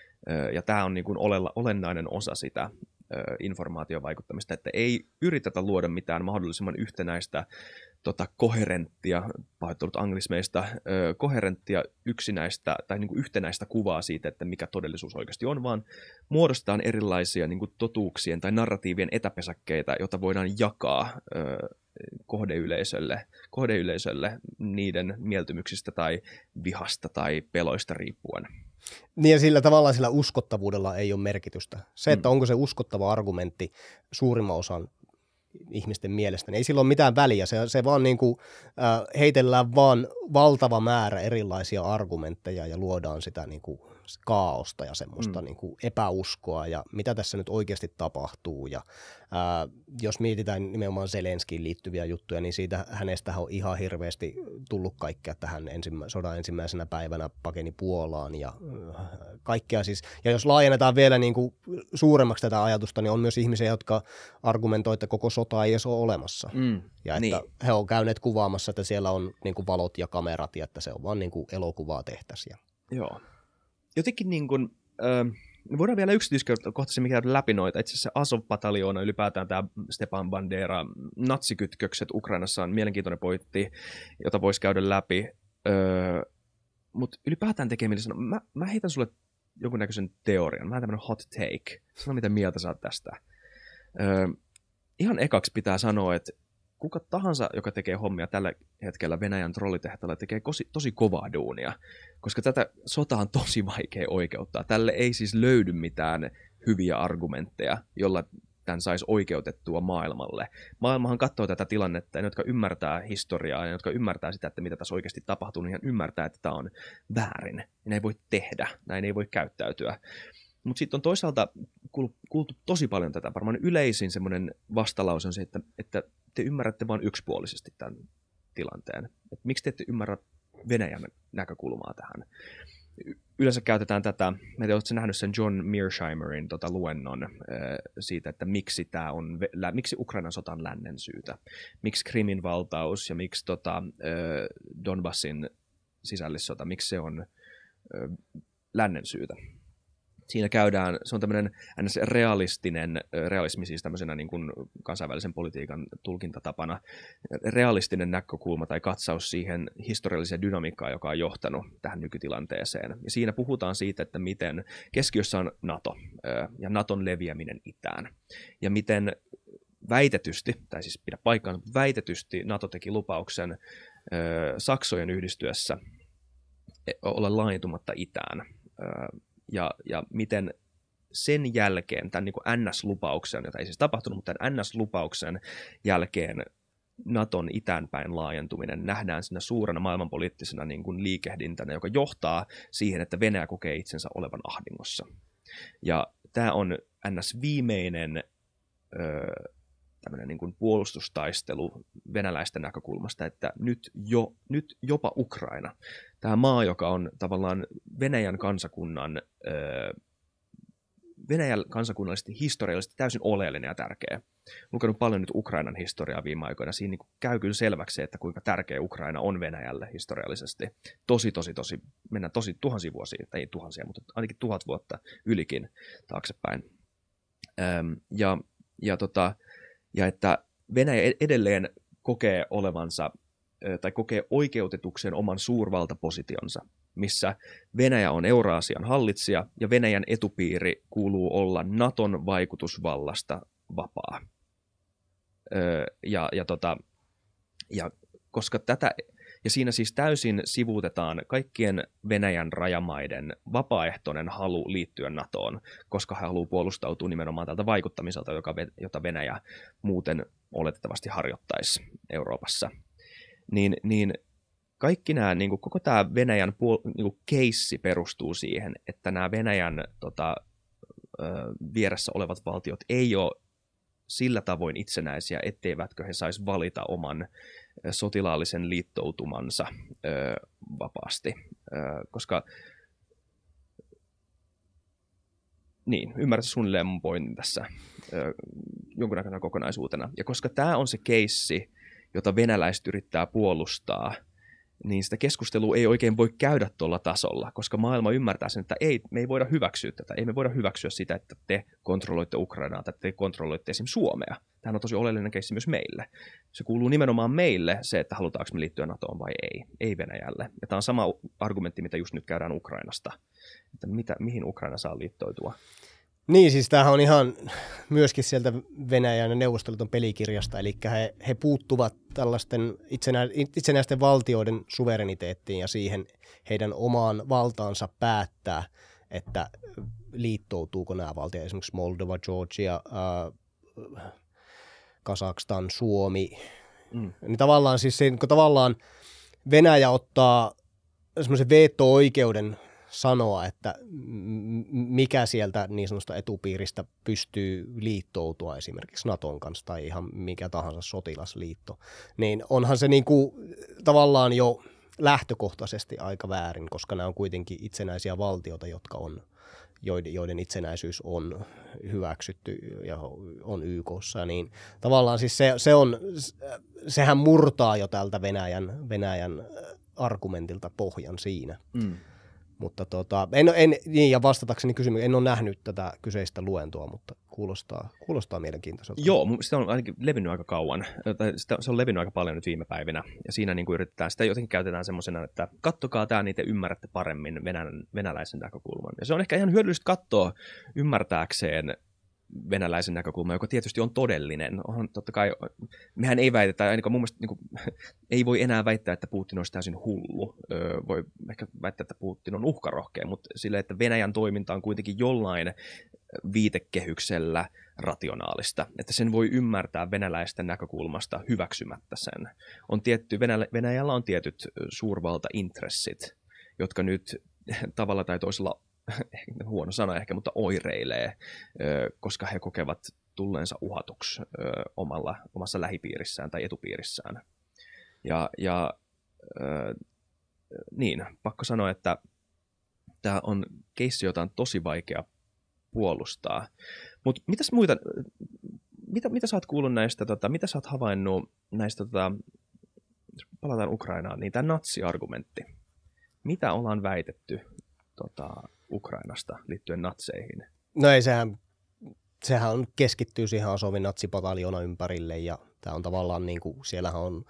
Ja tämä on niin kuin olennainen osa sitä informaatiovaikuttamista, että ei yritetä luoda mitään mahdollisimman yhtenäistä, tota, koherenttia, pahoittelut anglismeista, ö, koherenttia yksinäistä tai niin kuin yhtenäistä kuvaa siitä, että mikä todellisuus oikeasti on, vaan muodostetaan erilaisia niin kuin totuuksien tai narratiivien etäpesäkkeitä, joita voidaan jakaa ö, kohdeyleisölle, kohdeyleisölle niiden mieltymyksistä tai vihasta tai peloista riippuen. Niin ja sillä tavalla sillä uskottavuudella ei ole merkitystä. Se, että onko se uskottava argumentti suurimman osan ihmisten mielestä, niin ei sillä ole mitään väliä. Se, se vaan niin kuin, äh, heitellään vaan valtava määrä erilaisia argumentteja ja luodaan sitä niin kuin kaaosta ja semmoista mm. niin kuin epäuskoa ja mitä tässä nyt oikeasti tapahtuu. Ja ää, jos mietitään nimenomaan Zelenskiin liittyviä juttuja, niin siitä hänestä on ihan hirveästi tullut kaikkea, että hän ensimmä, sodan ensimmäisenä päivänä pakeni Puolaan ja äh, kaikkea siis. Ja jos laajennetaan vielä niin kuin suuremmaksi tätä ajatusta, niin on myös ihmisiä, jotka argumentoivat, että koko sota ei edes ole olemassa. Mm, ja että niin. he on käyneet kuvaamassa, että siellä on niin kuin valot ja kamerat ja että se on vaan niin kuin elokuvaa tehtäisiin. Joo. Jotenkin niin kuin, äh, me voidaan vielä yksityiskohtaisemmin käydä läpi noita. Itse asiassa Azov-pataljoona, ylipäätään tämä Stepan Bandera, natsikytkökset Ukrainassa on mielenkiintoinen pointti, jota voisi käydä läpi. Öö, Mutta ylipäätään tekeminen, mä, mä heitän sulle jonkunnäköisen teorian. Mä oon tämmöinen hot take. Sano, mitä mieltä sä oot tästä. Öö, ihan ekaksi pitää sanoa, että kuka tahansa, joka tekee hommia tällä hetkellä Venäjän trollitehtaalla, tekee tosi, tosi kovaa duunia, koska tätä sotaa on tosi vaikea oikeuttaa. Tälle ei siis löydy mitään hyviä argumentteja, jolla tämän saisi oikeutettua maailmalle. Maailmahan katsoo tätä tilannetta, ja ne, jotka ymmärtää historiaa, ja jotka ymmärtää sitä, että mitä tässä oikeasti tapahtuu, niin ymmärtää, että tämä on väärin. Ja näin ei voi tehdä, näin ei voi käyttäytyä. Mutta sitten on toisaalta kuultu tosi paljon tätä. Varmaan yleisin semmoinen vastalause on se, että, että te ymmärrätte vain yksipuolisesti tämän tilanteen. Et miksi te ette ymmärrä Venäjän näkökulmaa tähän? Yleensä käytetään tätä, mä en tiedä, oletko nähnyt sen John Mearsheimerin tota, luennon äh, siitä, että miksi, tää on, lä, miksi Ukrainan sota on lännen syytä. Miksi Krimin valtaus ja miksi tota, äh, Donbassin sisällissota, miksi se on äh, lännen syytä. Siinä käydään, se on tämmöinen realistinen, realismi siis tämmöisenä niin kuin kansainvälisen politiikan tulkintatapana, realistinen näkökulma tai katsaus siihen historialliseen dynamiikkaan, joka on johtanut tähän nykytilanteeseen. Ja siinä puhutaan siitä, että miten keskiössä on NATO ja Naton leviäminen itään. Ja miten väitetysti, tai siis pidä paikkaan, väitetysti NATO teki lupauksen Saksojen yhdistyessä olla laajentumatta itään. Ja, ja miten sen jälkeen, tämän niin kuin N S-lupauksen, jota ei siis tapahtunut, mutta tämän N S-lupauksen jälkeen Naton itäänpäin laajentuminen nähdään siinä suurena maailmanpoliittisena niin kuin liikehdintänä, joka johtaa siihen, että Venäjä kokee itsensä olevan ahdingossa. Ja tämä on N S-viimeinen öö, tämmöinen niin kuin puolustustaistelu venäläisten näkökulmasta, että nyt, jo, nyt jopa Ukraina, tämä maa, joka on tavallaan Venäjän kansakunnan, öö, Venäjän kansakunnallisesti historiallisesti täysin oleellinen ja tärkeä. Lukenut paljon nyt Ukrainan historiaa viime aikoina. Siinä niin kuin käy kyllä selväksi, että kuinka tärkeä Ukraina on Venäjälle historiallisesti. Tosi, tosi, tosi, mennään tosi tuhansia vuosia, tai ei tuhansia, mutta ainakin tuhat vuotta ylikin taaksepäin. Öm, ja, ja, tota, ja että Venäjä edelleen kokee olevansa, tai kokee oikeutetukseen oman suurvaltapositionsa, missä Venäjä on Euraasian hallitsija ja Venäjän etupiiri kuuluu olla Naton vaikutusvallasta vapaa. Öö, ja, ja, tota, ja, koska tätä, ja siinä siis täysin sivuutetaan kaikkien Venäjän rajamaiden vapaaehtoinen halu liittyä NATOon, koska he haluaa puolustautua nimenomaan tältä vaikuttamiselta, joka, jota Venäjä muuten oletettavasti harjoittaisi Euroopassa. Niin, niin kaikki nämä, niin kuin koko tämä Venäjän puol- niin kuin keissi perustuu siihen, että nämä Venäjän tota, ö, vieressä olevat valtiot ei ole sillä tavoin itsenäisiä, etteivätkö he saisi valita oman sotilaallisen liittoutumansa ö, vapaasti, ö, koska niin, ymmärrät suunnilleen mun pointin tässä ö, jonkun aikana kokonaisuutena. Ja koska tämä on se keissi, jota venäläiset yrittää puolustaa, niin sitä keskustelua ei oikein voi käydä tuolla tasolla, koska maailma ymmärtää sen, että ei, me ei voida hyväksyä tätä. Ei me voida hyväksyä sitä, että te kontrolloitte Ukrainaa tai te kontrolloitte esimerkiksi Suomea. Tämähän on tosi oleellinen keissi myös meille. Se kuuluu nimenomaan meille se, että halutaanko me liittyä NATOon vai ei. Ei Venäjälle. Ja tämä on sama argumentti, mitä just nyt käydään Ukrainasta. Että mitä, mihin Ukraina saa liittoutua. Niin, siis tämähän on ihan myöskin sieltä Venäjän ja Neuvostoliiton pelikirjasta, eli he, he puuttuvat tällaisten itsenä, itsenäisten valtioiden suvereniteettiin ja siihen heidän omaan valtaansa päättää, että liittoutuuko nämä valtiot, esimerkiksi Moldova, Georgia, äh, Kazakstan, Suomi. Mm. Niin tavallaan siis se, kun tavallaan Venäjä ottaa semmoisen veto-oikeuden sanoa, että mikä sieltä niin sanotusta etupiiristä pystyy liittoutua esimerkiksi Naton kanssa tai ihan mikä tahansa sotilasliitto, niin onhan se niin kuin tavallaan jo lähtökohtaisesti aika väärin, koska nämä on kuitenkin itsenäisiä valtioita, jotka on, joiden itsenäisyys on hyväksytty ja on Y K:ssa, niin tavallaan siis se, se on, sehän murtaa jo tältä Venäjän, Venäjän argumentilta pohjan siinä. Mm. Mutta tota, en, en, niin ja vastatakseni kysymykseen, en ole nähnyt tätä kyseistä luentoa, mutta kuulostaa, kuulostaa mielenkiintoiselta. Joo, sitä on ainakin levinnyt aika kauan, tai sitä, se on levinnyt aika paljon nyt viime päivinä, ja siinä niin kuin yritetään, sitä jotenkin käytetään semmoisena, että kattokaa tämä, niin te ymmärrätte paremmin venä, venäläisen näkökulman. Ja se on ehkä ihan hyödyllistä katsoa ymmärtääkseen venäläisen näkökulma, joka tietysti on todellinen. Onhan totta kai, mehän ei väitetä, ainakaan mun mielestä niin kuin, ei voi enää väittää, että Putin olisi täysin hullu. Öö, voi ehkä väittää, että Putin on uhkarohkea, mutta sille, että Venäjän toiminta on kuitenkin jollain viitekehyksellä rationaalista, että sen voi ymmärtää venäläisten näkökulmasta hyväksymättä sen. On tietty, Venäjä, Venäjällä on tietyt suurvaltaintressit, jotka nyt tavalla tai toisella huono sana ehkä, mutta oireilee, koska he kokevat tulleensa uhatuksi omalla, omassa lähipiirissään tai etupiirissään. Ja, ja niin, pakko sanoa, että tämä on keissi, jota on tosi vaikea puolustaa. Mutta mitäs muita, mitä, mitä sä oot kuullut näistä, tota, mitä sä oot havainnut näistä, tota, palataan Ukrainaan, niin tämä natsiargumentti. Mitä ollaan väitetty tota, Ukrainasta liittyen natseihin? No ei, sehän, sehän on, keskittyy siihen Azovin natsipataljoona ympärille ja tämä on tavallaan niin kuin, siellähän on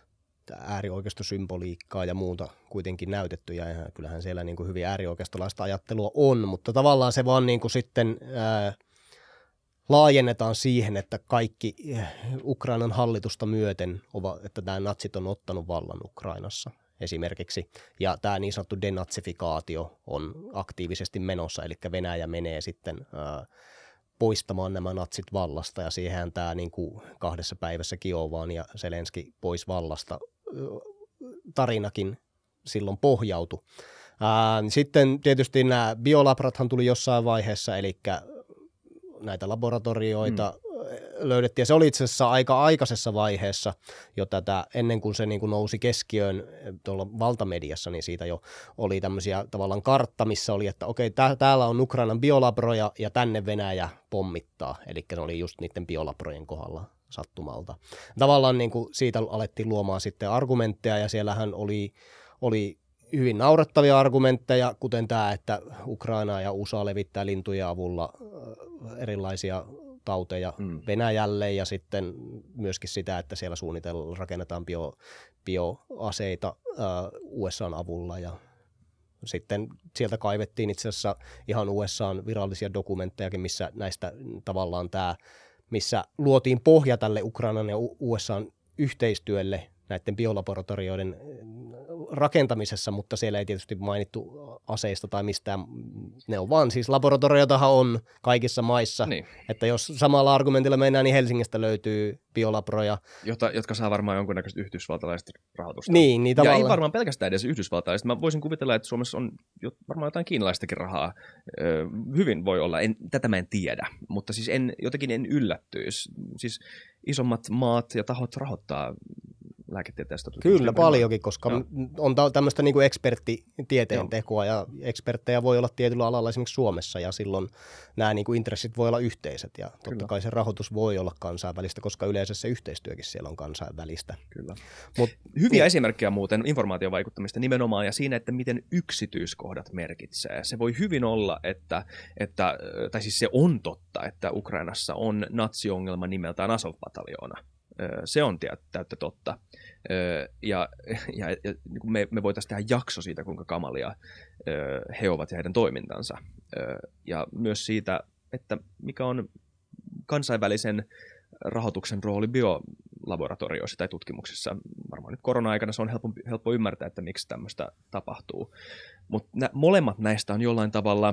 äärioikeistosymboliikkaa ja muuta kuitenkin näytetty ja kyllähän siellä niin kuin hyvin äärioikeistolaista ajattelua on, mutta tavallaan se vaan niin kuin sitten ää, laajennetaan siihen, että kaikki Ukrainan hallitusta myöten, että nämä natsit on ottanut vallan Ukrainassa esimerkiksi, ja tämä niin sanottu denatsifikaatio on aktiivisesti menossa, eli Venäjä menee sitten ää, poistamaan nämä natsit vallasta, ja siihen tämä niin kuin kahdessa päivässä Kiovaan ja Zelenski pois vallasta tarinakin silloin pohjautui. Ää, sitten tietysti nämä biolabrathan tuli jossain vaiheessa, eli näitä laboratorioita mm. löydettiin, ja se oli itse asiassa aika aikaisessa vaiheessa jo tätä, ennen kuin se niin kuin nousi keskiöön tuolla valtamediassa, niin siitä jo oli tämmöisiä tavallaan kartta, missä oli, että okei, tää, täällä on Ukrainan biolabroja, ja tänne Venäjä pommittaa, eli se oli just niiden biolabrojen kohdalla sattumalta. Tavallaan niin kuin siitä alettiin luomaan sitten argumentteja, ja siellähän oli, oli hyvin naurettavia argumentteja, kuten tämä, että Ukraina ja U S A levittää lintujen avulla erilaisia tauteja mm. Venäjälle, ja sitten myöskin sitä, että siellä suunnitellaan, rakennetaan bio, bioaseita äh, U S A:n avulla, ja sitten sieltä kaivettiin itse asiassa ihan U S A:n virallisia dokumenttejakin, missä näistä tavallaan tämä, missä luotiin pohja tälle Ukrainan ja U S A:n yhteistyölle näiden biolaboratorioiden rakentamisessa, mutta siellä ei tietysti mainittu aseista tai mistään Ne on vaan, siis laboratoriotahan on kaikissa maissa, niin. Että jos samalla argumentilla mennään, niin Helsingistä löytyy biolabroja. Jota, jotka saa varmaan jonkunnäköistä yhdysvaltalaista rahoitusta. Niin, niin tavallaan. Ja ei varmaan pelkästään edes yhdysvaltalaista. Mä voisin kuvitella, että Suomessa on varmaan jotain kiinalaistakin rahaa. Öö, hyvin voi olla, en, tätä mä en tiedä, mutta siis en, jotenkin en yllättyisi. Siis isommat maat ja tahot rahoittaa lääketieteestä. Kyllä paljonkin, koska no. on tämmöistä niin kuin eksperttitieteen tekoa ja eksperttejä voi olla tietyllä alalla esimerkiksi Suomessa ja silloin nämä niin kuin intressit voi olla yhteiset ja totta Kyllä. kai se rahoitus voi olla kansainvälistä, koska yleensä se yhteistyökin siellä on kansainvälistä. Kyllä. Mut, Hyviä niin. esimerkkejä muuten informaatiovaikuttamista nimenomaan ja siinä, että miten yksityiskohdat merkitsee. Se voi hyvin olla, että, että tai siis se on totta, että Ukrainassa on natsiongelma nimeltään Azov-pataljoona. Se on täyttä totta. Ja, ja, ja me, me voitaisiin tehdä jakso siitä, kuinka kamalia he ovat ja heidän toimintansa. Ja myös siitä, että mikä on kansainvälisen rahoituksen rooli biolaboratorioissa tai tutkimuksissa. Varmaan nyt korona-aikana se on helppo, helppo ymmärtää, että miksi tämmöistä tapahtuu. Mutta molemmat näistä on jollain tavalla,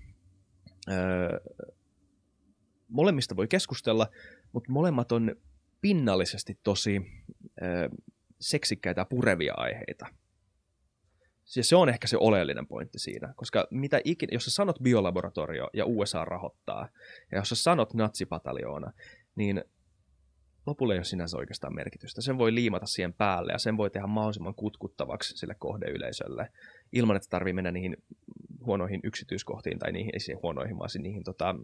molemmista voi keskustella, mutta molemmat on pinnallisesti tosi ö, seksikkäitä ja purevia aiheita. Ja se on ehkä se oleellinen pointti siinä, koska mitä ikinä, jos sä sanot biolaboratorio ja U S A rahoittaa, ja jos sä sanot natsipataljoona, niin lopulla ei ole sinänsä oikeastaan merkitystä. Sen voi liimata siihen päälle ja sen voi tehdä mahdollisimman kutkuttavaksi sille kohdeyleisölle, ilman että tarvii mennä niihin huonoihin yksityiskohtiin tai niihin, ei siihen huonoihin, vaan niihin tota,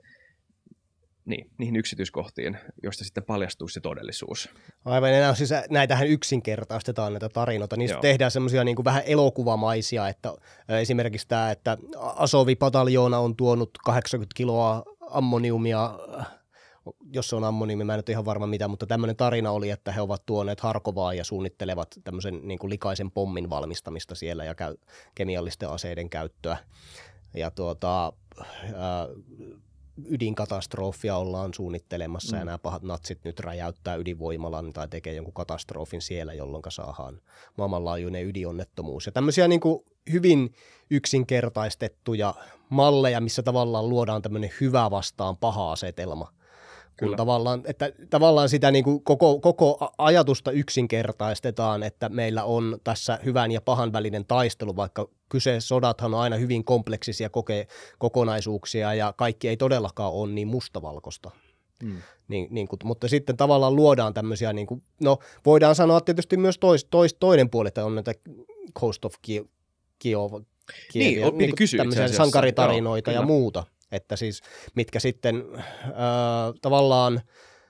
Niin, niihin yksityiskohtiin, joista sitten paljastuu se todellisuus. Aivan, enää siis näitähän yksinkertaistetaan näitä tarinoita. Niistä Joo. tehdään semmoisia niin kuin vähän elokuvamaisia, että esimerkiksi tämä, että Azovi-pataljoona on tuonut kahdeksankymmentä kiloa ammoniumia, jos se on ammoniumi, mä en nyt ihan varma mitä, mutta tämmöinen tarina oli, että he ovat tuoneet Harkovaan ja suunnittelevat tämmöisen niin kuin likaisen pommin valmistamista siellä ja käy, kemiallisten aseiden käyttöä. Ja tuota... Ää, ydinkatastrofia ollaan suunnittelemassa mm. ja nämä pahat natsit nyt räjäyttää ydinvoimalan tai tekee jonkun katastrofin siellä, jolloin saadaan maailmanlaajuinen ydinonnettomuus. Ja tämmöisiä niin kuin hyvin yksinkertaistettuja malleja, missä tavallaan luodaan tämmöinen hyvä vastaan paha asetelma. Kun tavallaan, että tavallaan sitä niin kuin koko, koko ajatusta yksinkertaistetaan, että meillä on tässä hyvän ja pahan välinen taistelu, vaikka kyse sodathan on aina hyvin kompleksisia koke, kokonaisuuksia ja kaikki ei todellakaan ole niin mustavalkoista. Hmm. Niin, niin kuin, mutta sitten tavallaan luodaan tämmöisiä, niin kuin, no voidaan sanoa tietysti myös tois, tois, toinen puoli, että on näitä Coast of Kiev, Kiev, niin, niin, niin kysyä, tämmöisiä sankaritarinoita Joo, ja muuta. Että siis mitkä sitten äh, tavallaan,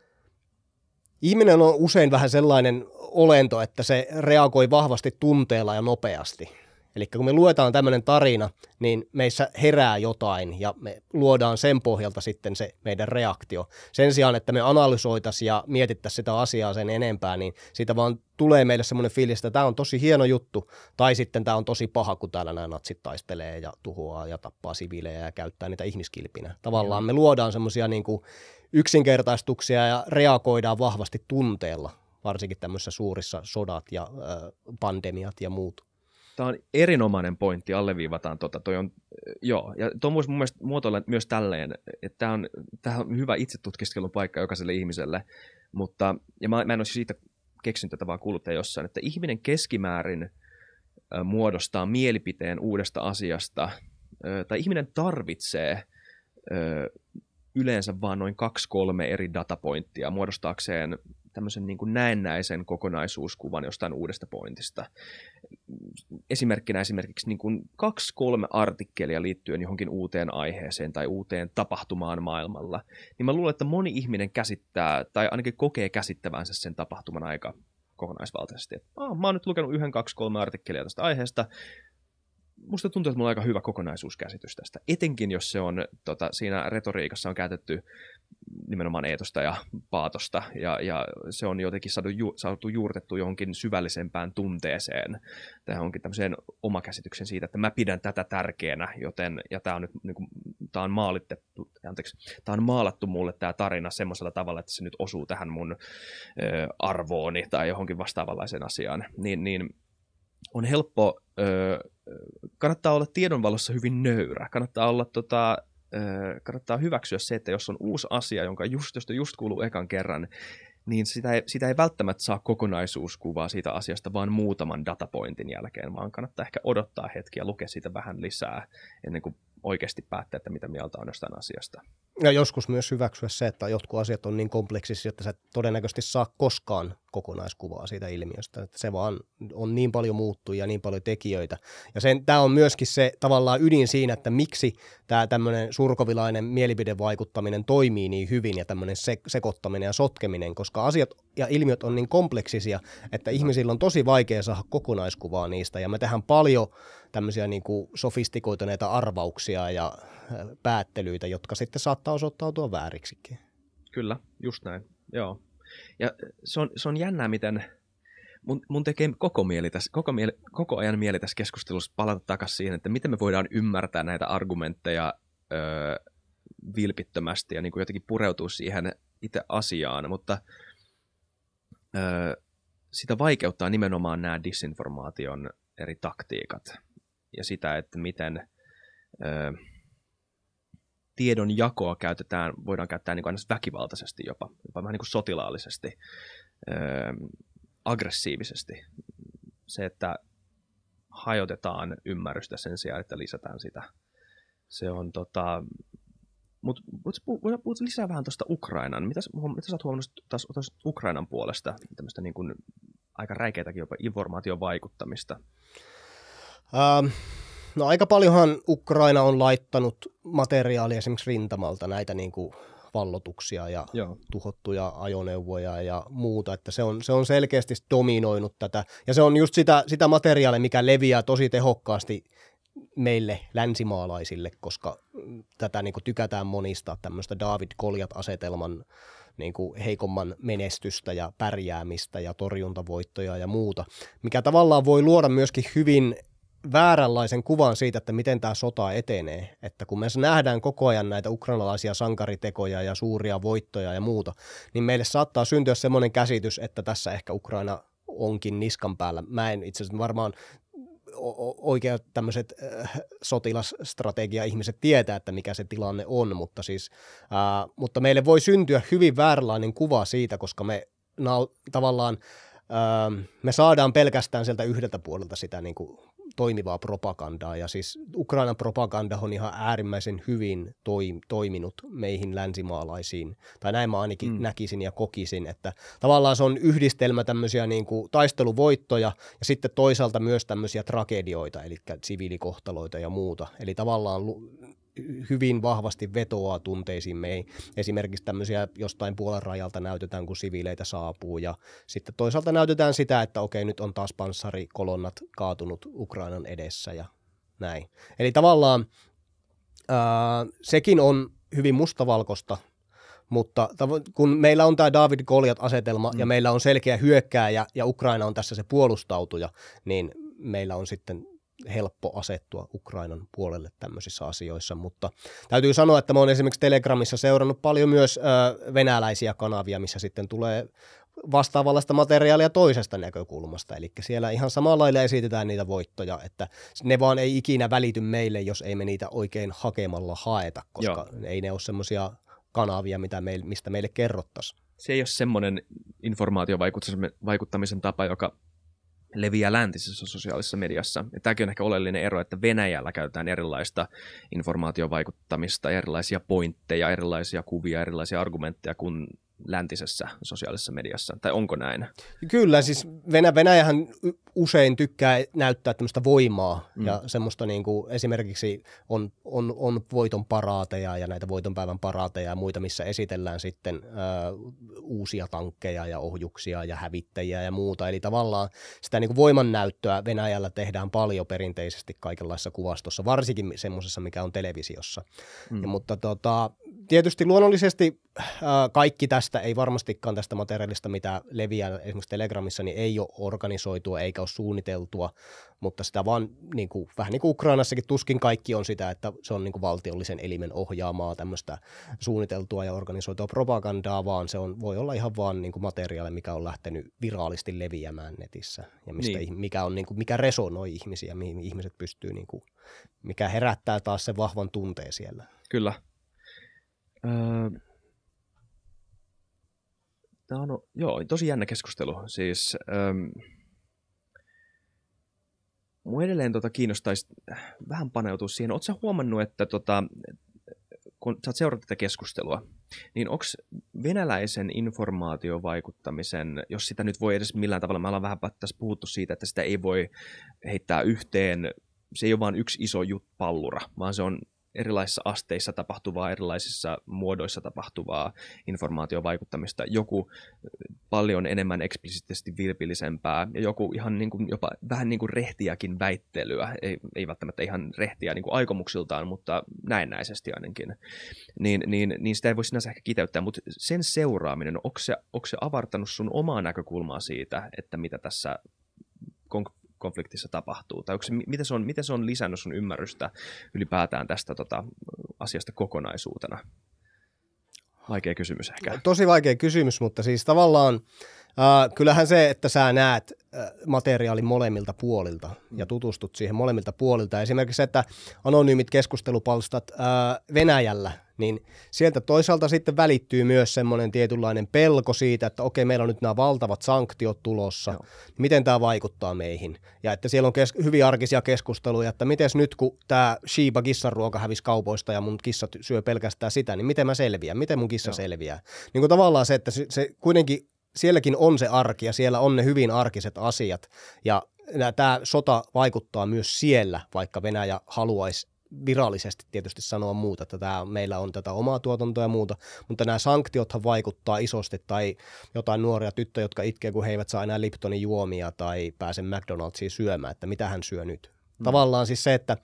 ihminen on usein vähän sellainen olento, että se reagoi vahvasti tunteella ja nopeasti. Eli kun me luetaan tämmöinen tarina, niin meissä herää jotain ja me luodaan sen pohjalta sitten se meidän reaktio. Sen sijaan, että me analysoitaisiin ja mietittäisiin sitä asiaa sen enempää, niin siitä vaan tulee meille semmoinen fiilis, että tämä on tosi hieno juttu, tai sitten tämä on tosi paha, kun täällä nämä natsit taistelee ja tuhoaa ja tappaa siviilejä ja käyttää niitä ihmiskilpinä. Tavallaan me luodaan semmoisia niin kuin yksinkertaistuksia ja reagoidaan vahvasti tunteella, varsinkin tämmöisissä suurissa sodat ja ö, pandemiat ja muut. Tämä on erinomainen pointti, alleviivataan tota, toi on, joo, ja tuon voisi mun mielestä muotoilla myös tälleen, että tämä on, tämä on hyvä itsetutkiskelun paikka jokaiselle ihmiselle, mutta, ja mä, mä en ole siitä keksinyt tätä vaan kuullut jossain, että ihminen keskimäärin äh, muodostaa mielipiteen uudesta asiasta, äh, tai ihminen tarvitsee äh, yleensä vaan noin kaksi kolme eri datapointtia muodostaakseen tämmöisen niin kuin näennäisen kokonaisuuskuvan jostain uudesta pointista. Esimerkkinä esimerkiksi niin kuin kaksi kolme artikkelia liittyen johonkin uuteen aiheeseen tai uuteen tapahtumaan maailmalla, niin mä luulen, että moni ihminen käsittää tai ainakin kokee käsittävänsä sen tapahtuman aika kokonaisvaltaisesti. Että, ah, mä oon nyt lukenut yhden, kaksi, kolme artikkelia tästä aiheesta. Musta tuntuu, että mulla on aika hyvä kokonaisuuskäsitys tästä. Etenkin, jos se on, tota, siinä retoriikassa on käytetty nimenomaan eetosta ja paatosta, ja, ja se on jotenkin saatu, ju, saatu juurtettu johonkin syvällisempään tunteeseen, tai johonkin tämmöiseen omakäsityksen siitä, että mä pidän tätä tärkeänä, joten, ja tää on nyt, niin kuin, tää on maalitettu, anteeksi, tää on maalattu mulle tää tarina semmoisella tavalla, että se nyt osuu tähän mun ö, arvooni, tai johonkin vastaavanlaiseen asiaan, niin, niin on helppo ö, kannattaa olla tiedonvalossa hyvin nöyrä. Kannattaa, olla, tota, kannattaa hyväksyä se, että jos on uusi asia, jonka just, josta just kuuluu ekan kerran, niin sitä ei, sitä ei välttämättä saa kokonaisuuskuvaa siitä asiasta vaan muutaman datapointin jälkeen, vaan kannattaa ehkä odottaa hetki ja lukea siitä vähän lisää ennen kuin oikeasti päättää, että mitä mieltä on jostain asiasta. Ja joskus myös hyväksyä se, että jotkut asiat on niin kompleksisia, että sä et todennäköisesti saa koskaan kokonaiskuvaa siitä ilmiöstä. Että se vaan on niin paljon muuttujia ja niin paljon tekijöitä. Ja tämä on myöskin se tavallaan ydin siinä, että miksi tämä tämmöinen surkovilainen mielipidevaikuttaminen toimii niin hyvin ja tämmöinen se- sekoittaminen ja sotkeminen, koska asiat ja ilmiöt on niin kompleksisia, että ihmisillä on tosi vaikea saada kokonaiskuvaa niistä. Ja me tehdään paljon tämmöisiä niin kuin sofistikoituneita arvauksia ja päättelyitä, jotka sitten saattaa osoittautua vääriksikin. Kyllä, just näin, joo. Ja se on, se on jännää, miten mun, mun tekee koko, mieli tässä, koko, mieli, koko ajan mieli tässä keskustelussa palata takaisin siihen, että miten me voidaan ymmärtää näitä argumentteja öö, vilpittömästi ja niin kuin jotenkin pureutua siihen itse asiaan, mutta öö, sitä vaikeuttaa nimenomaan nämä disinformaation eri taktiikat ja sitä, että miten öö, tiedon jakoa käytetään, voidaan käyttää niin kuin aina väkivaltaisesti jopa, jopa vähän niin kuin sotilaallisesti, öö, aggressiivisesti. Se, että hajotetaan ymmärrystä sen sijaan, että lisätään sitä. Se on tota... Mutta voidaan puhua lisää vähän tuosta Ukrainan. Mitä, mitä sä oot huomannut taas Ukrainan puolesta, tämmöistä niin kuin aika räikeitäkin jopa informaation vaikuttamista? Ähm. No aika paljonhan Ukraina on laittanut materiaalia esimerkiksi rintamalta, näitä niin kuin vallotuksia ja Joo. tuhottuja ajoneuvoja ja muuta, että se on, se on selkeästi dominoinut tätä. Ja se on just sitä, sitä materiaalia, mikä leviää tosi tehokkaasti meille länsimaalaisille, koska tätä niin kuin tykätään monistaa tämmöistä David-Goliat-asetelman niin kuin heikomman menestystä ja pärjäämistä ja torjuntavoittoja ja muuta, mikä tavallaan voi luoda myöskin hyvin vääränlaisen kuvan siitä, että miten tämä sota etenee, että kun me nähdään koko ajan näitä ukrainalaisia sankaritekoja ja suuria voittoja ja muuta, niin meille saattaa syntyä semmoinen käsitys, että tässä ehkä Ukraina onkin niskan päällä. Mä en itse asiassa varmaan oikeat tämmöiset äh, sotilasstrategia-ihmiset tietää, että mikä se tilanne on, mutta siis, äh, mutta meille voi syntyä hyvin vääränlainen kuva siitä, koska me nau- tavallaan äh, me saadaan pelkästään sieltä yhdeltä puolelta sitä niin kuin toimivaa propagandaa, ja siis Ukrainan propaganda on ihan äärimmäisen hyvin toi, toiminut meihin länsimaalaisiin, tai näin mä ainakin mm. näkisin ja kokisin, että tavallaan se on yhdistelmä tämmöisiä niin kuin taisteluvoittoja, ja sitten toisaalta myös tämmöisiä tragedioita, eli siviilikohtaloita ja muuta, eli tavallaan hyvin vahvasti vetoaa tunteisiin meihin. Esimerkiksi tämmöisiä jostain puolen rajalta näytetään, kun siviileitä saapuu, ja sitten toisaalta näytetään sitä, että okei, nyt on taas panssarikolonnat kaatunut Ukrainan edessä ja näin. Eli tavallaan ää, sekin on hyvin mustavalkoista, mutta kun meillä on tämä David-Goliat-asetelma mm. ja meillä on selkeä hyökkääjä ja Ukraina on tässä se puolustautuja, niin meillä on sitten helppo asettua Ukrainan puolelle tämmöisissä asioissa, mutta täytyy sanoa, että mä oon esimerkiksi Telegramissa seurannut paljon myös ö, venäläisiä kanavia, missä sitten tulee vastaavanlaista materiaalia toisesta näkökulmasta, eli siellä ihan samalla lailla esitetään niitä voittoja, että ne vaan ei ikinä välity meille, jos ei me niitä oikein hakemalla haeta, koska Joo. ei ne ole semmoisia kanavia, mitä meille, mistä meille kerrottaisiin. Se ei ole semmoinen informaatiovaikuttamisen tapa, joka leviää läntisessä sosiaalisessa mediassa. Ja tämäkin on ehkä oleellinen ero, että Venäjällä käytetään erilaista informaatiovaikuttamista, erilaisia pointteja, erilaisia kuvia, erilaisia argumentteja kuin läntisessä sosiaalisessa mediassa, tai onko näin? Kyllä, siis Venä- Venäjähän usein tykkää näyttää tämmöistä voimaa, mm. ja semmoista niin kuin esimerkiksi on, on, on voiton paraateja ja näitä voitonpäivän paraateja ja muita, missä esitellään sitten ö, uusia tankkeja ja ohjuksia ja hävittäjiä ja muuta, eli tavallaan sitä niin kuin voimannäyttöä Venäjällä tehdään paljon perinteisesti kaikenlaisessa kuvastossa, varsinkin semmoisessa, mikä on televisiossa, mm. ja, mutta tota, tietysti luonnollisesti kaikki tästä ei varmastikaan tästä materiaalista, mitä leviää esimerkiksi Telegramissa, niin ei ole organisoitua eikä ole suunniteltua, mutta sitä vaan niin kuin, vähän niin kuin Ukrainassakin tuskin kaikki on sitä, että se on niin kuin valtiollisen elimen ohjaamaa tämmöistä suunniteltua ja organisoitua propagandaa, vaan se on, voi olla ihan vaan niin kuin materiaali, mikä on lähtenyt viraalisti leviämään netissä ja mistä, niin. mikä, on, niin kuin, mikä resonoi ihmisiä, mihin ihmiset pystyy, niin kuin, mikä herättää taas sen vahvan tunteen siellä. Kyllä. Öö, Tämä on joo, tosi jännä keskustelu. Siis, öm, mua edelleen tota kiinnostaisi vähän paneutua siihen. Oletko sä huomannut, että tota, kun sä oot seurannut tätä keskustelua, niin onko venäläisen informaatiovaikuttamisen, jos sitä nyt voi edes millään tavalla, me ollaan vähän tässä puhuttu siitä, että sitä ei voi heittää yhteen, se ei ole vain yksi iso jut pallura, vaan se on erilaisissa asteissa tapahtuvaa, erilaisissa muodoissa tapahtuvaa informaatiovaikuttamista, joku paljon enemmän eksplisiittisesti vilpillisempää ja joku ihan niin kuin, jopa vähän niin kuin rehtiäkin väittelyä, ei, ei välttämättä ihan rehtiä niin kuin aikomuksiltaan, mutta näennäisesti ainakin, niin, niin, niin sitä ei voi sinänsä ehkä kiteyttää, mutta sen seuraaminen, onko se, onko se avartanut sun omaa näkökulmaa siitä, että mitä tässä konfliktissa tapahtuu, tai se, miten, se on, miten se on lisännyt sun ymmärrystä ylipäätään tästä tota, asiasta kokonaisuutena? Vaikea kysymys ehkä. Tosi vaikea kysymys, mutta siis tavallaan äh, kyllähän se, että sä näet äh, materiaalin molemmilta puolilta ja tutustut siihen molemmilta puolilta. Esimerkiksi se, että anonyymit keskustelupalstat äh, Venäjällä, niin sieltä toisaalta sitten välittyy myös semmoinen tietynlainen pelko siitä, että okei, meillä on nyt nämä valtavat sanktiot tulossa, no. miten tämä vaikuttaa meihin. Ja että siellä on kes- hyvin arkisia keskusteluja, että miten nyt kun tämä Shiba kissanruoka hävisi kaupoista ja mun kissa syö pelkästään sitä, niin miten mä selviän, miten mun kissa no. selviää. Niin kuin tavallaan se, että se, se kuitenkin sielläkin on se arki ja siellä on ne hyvin arkiset asiat ja tämä sota vaikuttaa myös siellä, vaikka Venäjä haluaisi virallisesti tietysti sanoa muuta, että tämä, meillä on tätä omaa tuotantoa ja muuta, mutta nämä sanktiothan vaikuttaa isosti, tai jotain nuoria tyttöjä, jotka itkee, kun he eivät saa enää Liptonin juomia tai pääse McDonald'siin syömään, että mitä hän syö nyt. Mm. Tavallaan siis se, että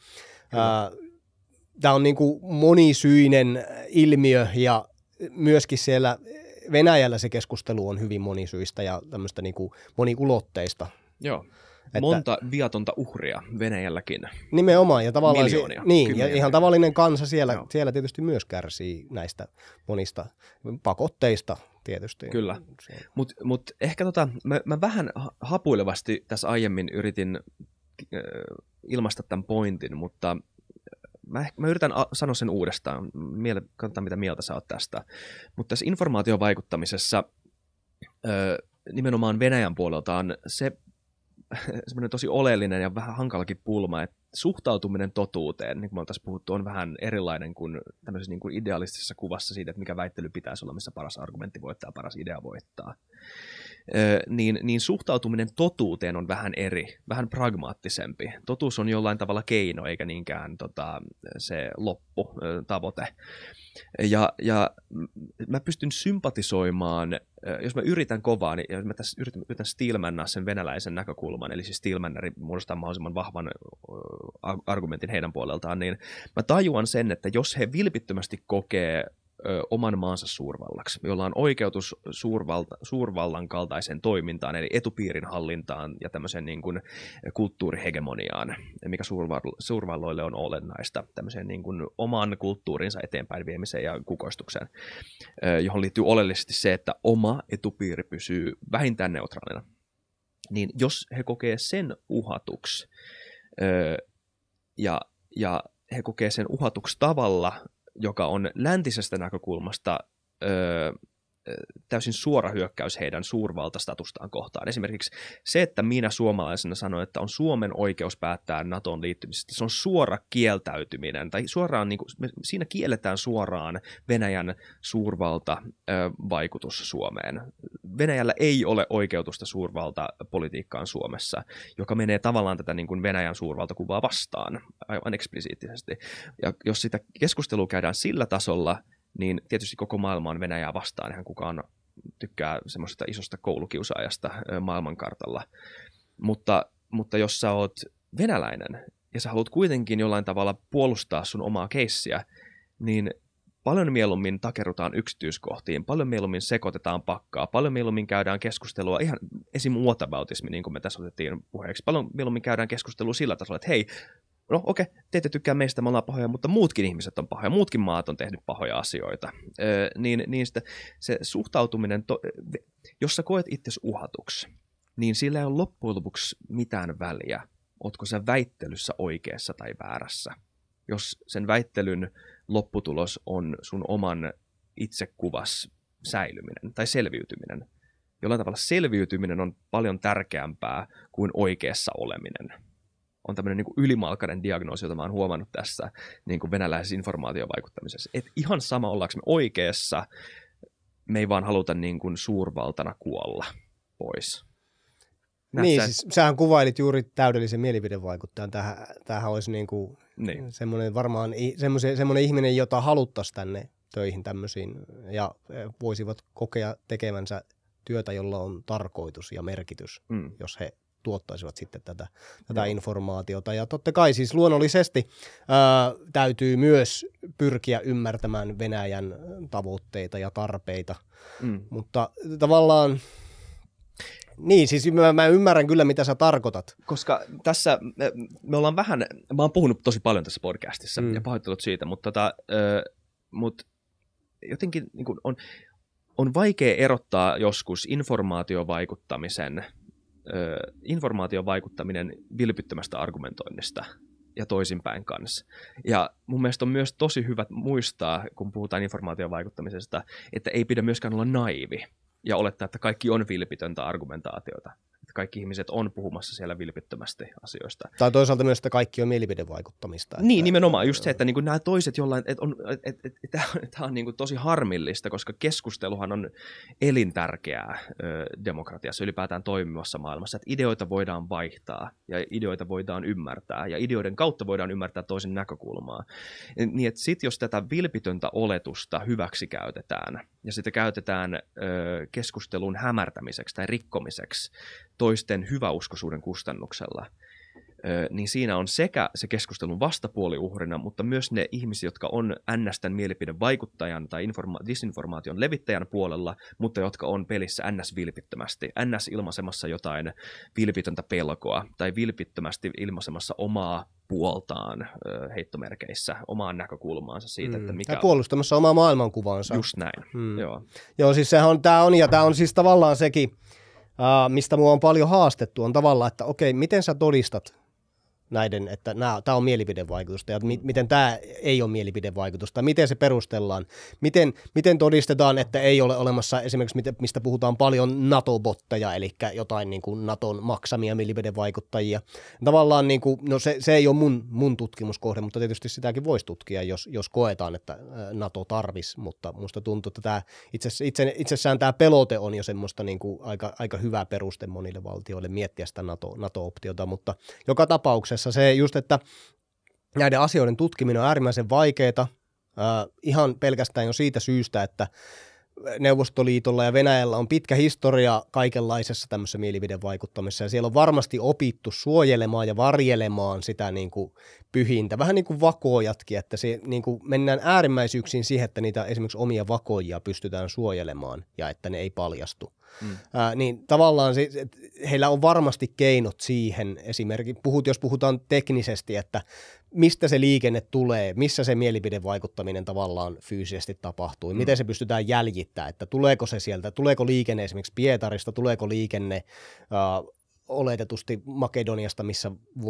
tämä on niin kuin monisyinen ilmiö ja myöskin siellä Venäjällä se keskustelu on hyvin monisyistä ja tämmöistä niin kuin moniulotteista. Joo. Että, monta viatonta uhria Venäjälläkin. Nimenomaan. Ja tavallaan miljoonia. Se, niin, ja ihan tavallinen kansa siellä, siellä tietysti myös kärsii näistä monista pakotteista tietysti. Kyllä. Mutta mut ehkä tota, mä, mä vähän hapuilevasti tässä aiemmin yritin äh, ilmaista tämän pointin, mutta mä, mä yritän a- sanoa sen uudestaan. Miele, katsotaan, mitä mieltä sä oot tästä. Mutta tässä informaatiovaikuttamisessa äh, nimenomaan Venäjän puolelta on se semmoinen tosi oleellinen ja vähän hankalakin pulma, että suhtautuminen totuuteen, niin kuin me ollaan tässä puhuttu, on vähän erilainen kuin tämmöisessä niin kuin idealistisessa kuvassa siitä, että mikä väittely pitäisi olla, missä paras argumentti voittaa, paras idea voittaa. Ö, niin, niin suhtautuminen totuuteen on vähän eri, vähän pragmaattisempi. Totuus on jollain tavalla keino, eikä niinkään tota, se loppu, tavoite. Ja, ja mä pystyn sympatisoimaan, jos mä yritän kovaa, niin jos mä tässä yritän, yritän Steelmannaa sen venäläisen näkökulman, eli siis Steelmanneri muodostaa mahdollisimman vahvan argumentin heidän puoleltaan, niin mä tajuan sen, että jos he vilpittömästi kokee ö, oman maansa suurvallaksi, jolla on oikeutus suurvalta, suurvallan kaltaiseen toimintaan, eli etupiirin hallintaan ja tämmöiseen niin kuin kulttuurihegemoniaan, mikä suurval- suurvalloille on olennaista, tämmöiseen niin kuin oman kulttuurinsa eteenpäin viemiseen ja kukoistukseen, ö, johon liittyy oleellisesti se, että oma etupiiri pysyy vähintään neutraalina. Niin jos he kokee sen uhatuksi, ö, ja, ja he kokee sen uhatuksi tavalla, joka on läntisestä näkökulmasta öö, täysin suora hyökkäys heidän suurvaltastatustaan kohtaan. Esimerkiksi se, että minä suomalaisena sanon, että on Suomen oikeus päättää NATOon liittymisestä, se on suora kieltäytyminen, tai suoraan, niin kuin, siinä kielletään suoraan Venäjän suurvaltavaikutus Suomeen. Venäjällä ei ole oikeutusta suurvaltapolitiikkaan Suomessa, joka menee tavallaan tätä niin kuin Venäjän suurvaltakuvaa vastaan, aivan eksplisiittisesti. Ja jos sitä keskustelua käydään sillä tasolla, niin tietysti koko maailma on Venäjää vastaan. Eihän kukaan tykkää semmoisesta isosta koulukiusaajasta maailmankartalla. Mutta, mutta jos sä oot venäläinen ja sä haluat kuitenkin jollain tavalla puolustaa sun omaa keissiä, niin paljon mieluummin takerrutaan yksityiskohtiin, paljon mieluummin sekoitetaan pakkaa, paljon mieluummin käydään keskustelua, ihan esim. Whataboutismi, niin kuin me tässä otettiin puheeksi, paljon mieluummin käydään keskustelua sillä tasolla, että hei, no okei, okay, te ette tykkää meistä, me ollaan pahoja, mutta muutkin ihmiset on pahoja, muutkin maat on tehnyt pahoja asioita. Öö, niin niin sitä, se suhtautuminen, to, jos sä koet itsesi uhatuksi, niin sillä ei ole loppujen lopuksi mitään väliä, ootko sä väittelyssä oikeassa tai väärässä. Jos sen väittelyn lopputulos on sun oman itsekuvas säilyminen tai selviytyminen. Jollain tavalla selviytyminen on paljon tärkeämpää kuin oikeassa oleminen. On tämmöinen niin kuin ylimalkainen diagnoosi, jota mä oon huomannut tässä niin kuin venäläisessä informaatiovaikuttamisessa. Et ihan sama, ollaanko me oikeassa, me ei vaan haluta niin kuin suurvaltana kuolla pois. Näet niin, sä, siis sähän kuvailit juuri täydellisen mielipidevaikuttajan. Tämähän, tämähän olisi niin kuin niin. semmoinen varmaan semmoinen ihminen, jota haluttaisiin tänne töihin tämmöisiin ja voisivat kokea tekevänsä työtä, jolla on tarkoitus ja merkitys, mm. jos he tuottaisivat sitten tätä, tätä informaatiota. Ja totta kai siis luonnollisesti ää, täytyy myös pyrkiä ymmärtämään Venäjän tavoitteita ja tarpeita, mm. mutta tavallaan niin, siis mä, mä ymmärrän kyllä, mitä sä tarkoitat. Koska tässä me, me ollaan vähän, mä oon puhunut tosi paljon tässä podcastissa mm. ja pahoittelut siitä, mutta tota, ö, mut jotenkin niin kuin on, on vaikea erottaa joskus informaatiovaikuttamisen, ö, informaatiovaikuttaminen vilpittömästä argumentoinnista ja toisinpäin kanssa. Ja mun mielestä on myös tosi hyvä muistaa, kun puhutaan informaatiovaikuttamisesta, että ei pidä myöskään olla naivi ja olettaa, että kaikki on vilpitöntä argumentaatiota. Että kaikki ihmiset on puhumassa siellä vilpittömästi asioista. Tai toisaalta myös, että kaikki on mielipidevaikuttamista. Niin, että, nimenomaan. Just se, että niin nämä toiset jollain, että on, et, et, et, et, tämä on niin tosi harmillista, koska keskusteluhan on elintärkeää ö, demokratiassa, ylipäätään toimivassa maailmassa. Että ideoita voidaan vaihtaa ja ideoita voidaan ymmärtää ja ideoiden kautta voidaan ymmärtää toisen näkökulmaa. Niin, että sitten jos tätä vilpitöntä oletusta hyväksi käytetään ja sitä käytetään ö, keskustelun hämärtämiseksi tai rikkomiseksi toisten hyväuskoisuuden kustannuksella, niin siinä on sekä se keskustelun vastapuoli uhrina, mutta myös ne ihmiset, jotka on ns. Mielipidevaikuttajan tai informa- disinformaation levittäjän puolella, mutta jotka on pelissä ns-vilpittömästi, ns-ilmaisemassa jotain vilpitöntä pelkoa tai vilpittömästi ilmaisemassa omaa puoltaan heittomerkeissä, omaan näkökulmaansa siitä, mm. että mikä ja puolustamassa omaa maailmankuvaansa. Just näin, mm. joo. Joo, siis sehän on, tämä on, ja tämä on siis tavallaan sekin, Uh, mistä mua on paljon haastettu, on tavallaan, että okei, miten sä todistat näiden, että tämä on mielipidevaikutusta ja mi- miten tämä ei ole mielipidevaikutusta, miten se perustellaan, miten, miten todistetaan, että ei ole olemassa esimerkiksi, mistä puhutaan paljon NATO-botteja, eli jotain niin kuin Naton maksamia mielipidevaikuttajia. Tavallaan niin kuin, no se, se ei ole mun, mun tutkimuskohde, mutta tietysti sitäkin voisi tutkia, jos, jos koetaan, että NATO tarvisi, mutta musta tuntuu, että tämä, itse, itse, itsessään tämä pelote on jo semmoista niin kuin aika, aika hyvä peruste monille valtioille miettiä sitä NATO, NATO-optiota, mutta joka tapauksessa se just, että näiden asioiden tutkiminen on äärimmäisen vaikeaa, äh, ihan pelkästään jo siitä syystä, että Neuvostoliitolla ja Venäjällä on pitkä historia kaikenlaisessa tämmöisessä mielipidevaikuttamisessa, ja siellä on varmasti opittu suojelemaan ja varjelemaan sitä niin kuin pyhintä, vähän niin kuin vakoojatkin, että se, niin kuin mennään äärimmäisyyksiin siihen, että niitä esimerkiksi omia vakoojia pystytään suojelemaan, ja että ne ei paljastu. Mm. Ää, niin tavallaan se, heillä on varmasti keinot siihen, esimerkiksi puhut, jos puhutaan teknisesti, että mistä se liikenne tulee, missä se mielipidevaikuttaminen tavallaan fyysisesti tapahtuu, mm. miten se pystytään jäljittämään, että tuleeko se sieltä, tuleeko liikenne esimerkiksi Pietarista, tuleeko liikenne äh, oletetusti Makedoniasta, missä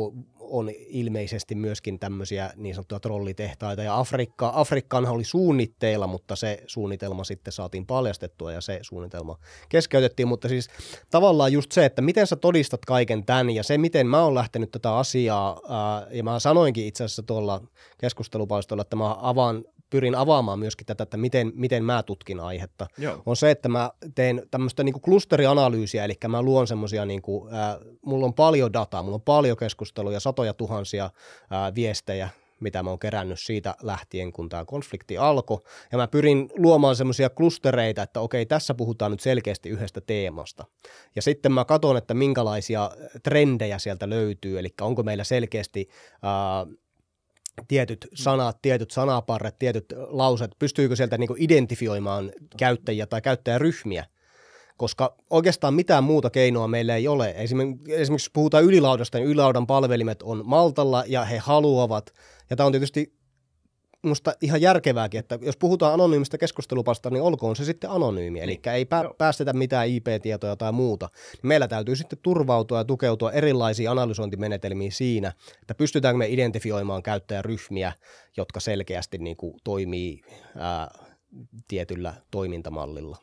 on ilmeisesti myöskin tämmöisiä niin sanottuja trollitehtaita, ja Afrikka, Afrikkaanhan oli suunnitteilla, mutta se suunnitelma sitten saatiin paljastettua, ja se suunnitelma keskeytettiin, mutta siis tavallaan just se, että miten sä todistat kaiken tämän, ja se, miten mä oon lähtenyt tätä asiaa, ää, ja mä sanoinkin itse asiassa tuolla keskustelupalstolla, että mä avaan pyrin avaamaan myöskin tätä, että miten, miten mä tutkin aihetta, Joo. on se, että mä teen tämmöistä niinku klusterianalyysiä, eli mä luon semmoisia, niinku, äh, mulla on paljon dataa, mulla on paljon keskusteluja, satoja tuhansia äh, viestejä, mitä mä oon kerännyt siitä lähtien, kun tämä konflikti alkoi, ja mä pyrin luomaan semmoisia klustereita, että okei, tässä puhutaan nyt selkeästi yhdestä teemasta, ja sitten mä katson, että minkälaisia trendejä sieltä löytyy, eli onko meillä selkeästi äh, tietyt sanat, tietyt sanaparret, tietyt lauset, pystyykö sieltä niin kuin identifioimaan käyttäjiä tai käyttäjäryhmiä, koska oikeastaan mitään muuta keinoa meillä ei ole. Esimerkiksi, esimerkiksi jos puhutaan ylilaudasta, niin ylilaudan palvelimet on Maltalla ja he haluavat, ja tämä on tietysti musta ihan järkevääkin, että jos puhutaan anonyymistä keskustelupasta, niin olkoon se sitten anonyymi, eli ei pä- päästetä mitään I P-tietoja tai muuta. Meillä täytyy sitten turvautua ja tukeutua erilaisiin analysointimenetelmiin siinä, että pystytäänkö me identifioimaan käyttäjäryhmiä, jotka selkeästi niin kuin toimii ää, tietyllä toimintamallilla.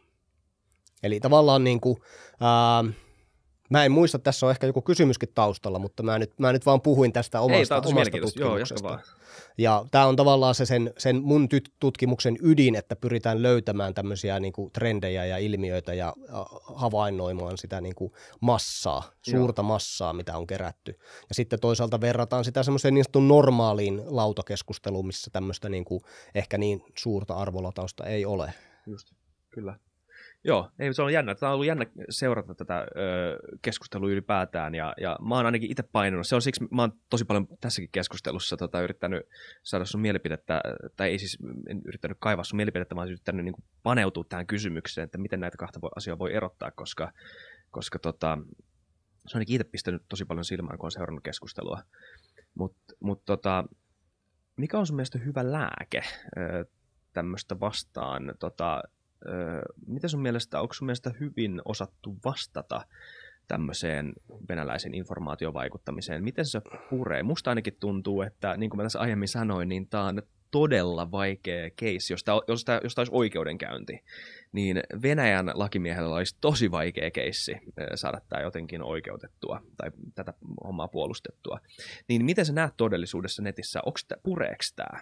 Eli tavallaan niin kuin, ää, mä en muista, tässä on ehkä joku kysymyskin taustalla, mutta mä nyt, mä nyt vaan puhuin tästä omasta, Ei, omasta tutkimuksesta. Joo, ja tämä on tavallaan se sen, sen mun tutkimuksen ydin, että pyritään löytämään tämmöisiä niin kuin trendejä ja ilmiöitä ja havainnoimaan sitä niin kuin massaa, suurta Joo. massaa, mitä on kerätty. Ja sitten toisaalta verrataan sitä semmoiseen niin sanotun normaaliin lautakeskusteluun, missä tämmöistä niin kuin ehkä niin suurta arvolatausta ei ole. Just, kyllä. Joo, ei, se on jännä. Tämä on ollut jännä seurata tätä ö, keskustelua ylipäätään, ja, ja mä oon ainakin itse painunut. Se on siksi, mä oon tosi paljon tässäkin keskustelussa tota, yrittänyt saada sun mielipidettä, tai ei siis en yrittänyt kaivaa sun mielipidettä, vaan yrittänyt niin kuin paneutua tähän kysymykseen, että miten näitä kahta asiaa voi erottaa, koska, koska tota, se on ainakin itse pistänyt tosi paljon silmään, kun on seurannut keskustelua. Mutta mut, tota, mikä on sun mielestä hyvä lääke ö, tämmöistä vastaan, tota, Öö, miten sun mielestä, onko sun mielestä hyvin osattu vastata tämmöiseen venäläisen informaatiovaikuttamiseen? Miten se puree? Musta ainakin tuntuu, että niin kuin mä tässä aiemmin sanoin, niin tää on todella vaikea case, jos tää, jos tää, jos tää olisi oikeudenkäynti, niin Venäjän lakimiehellä olisi tosi vaikea keissi saada tää jotenkin oikeutettua tai tätä hommaa puolustettua. Niin miten sä näet todellisuudessa netissä? Onko tää, pureeko tää?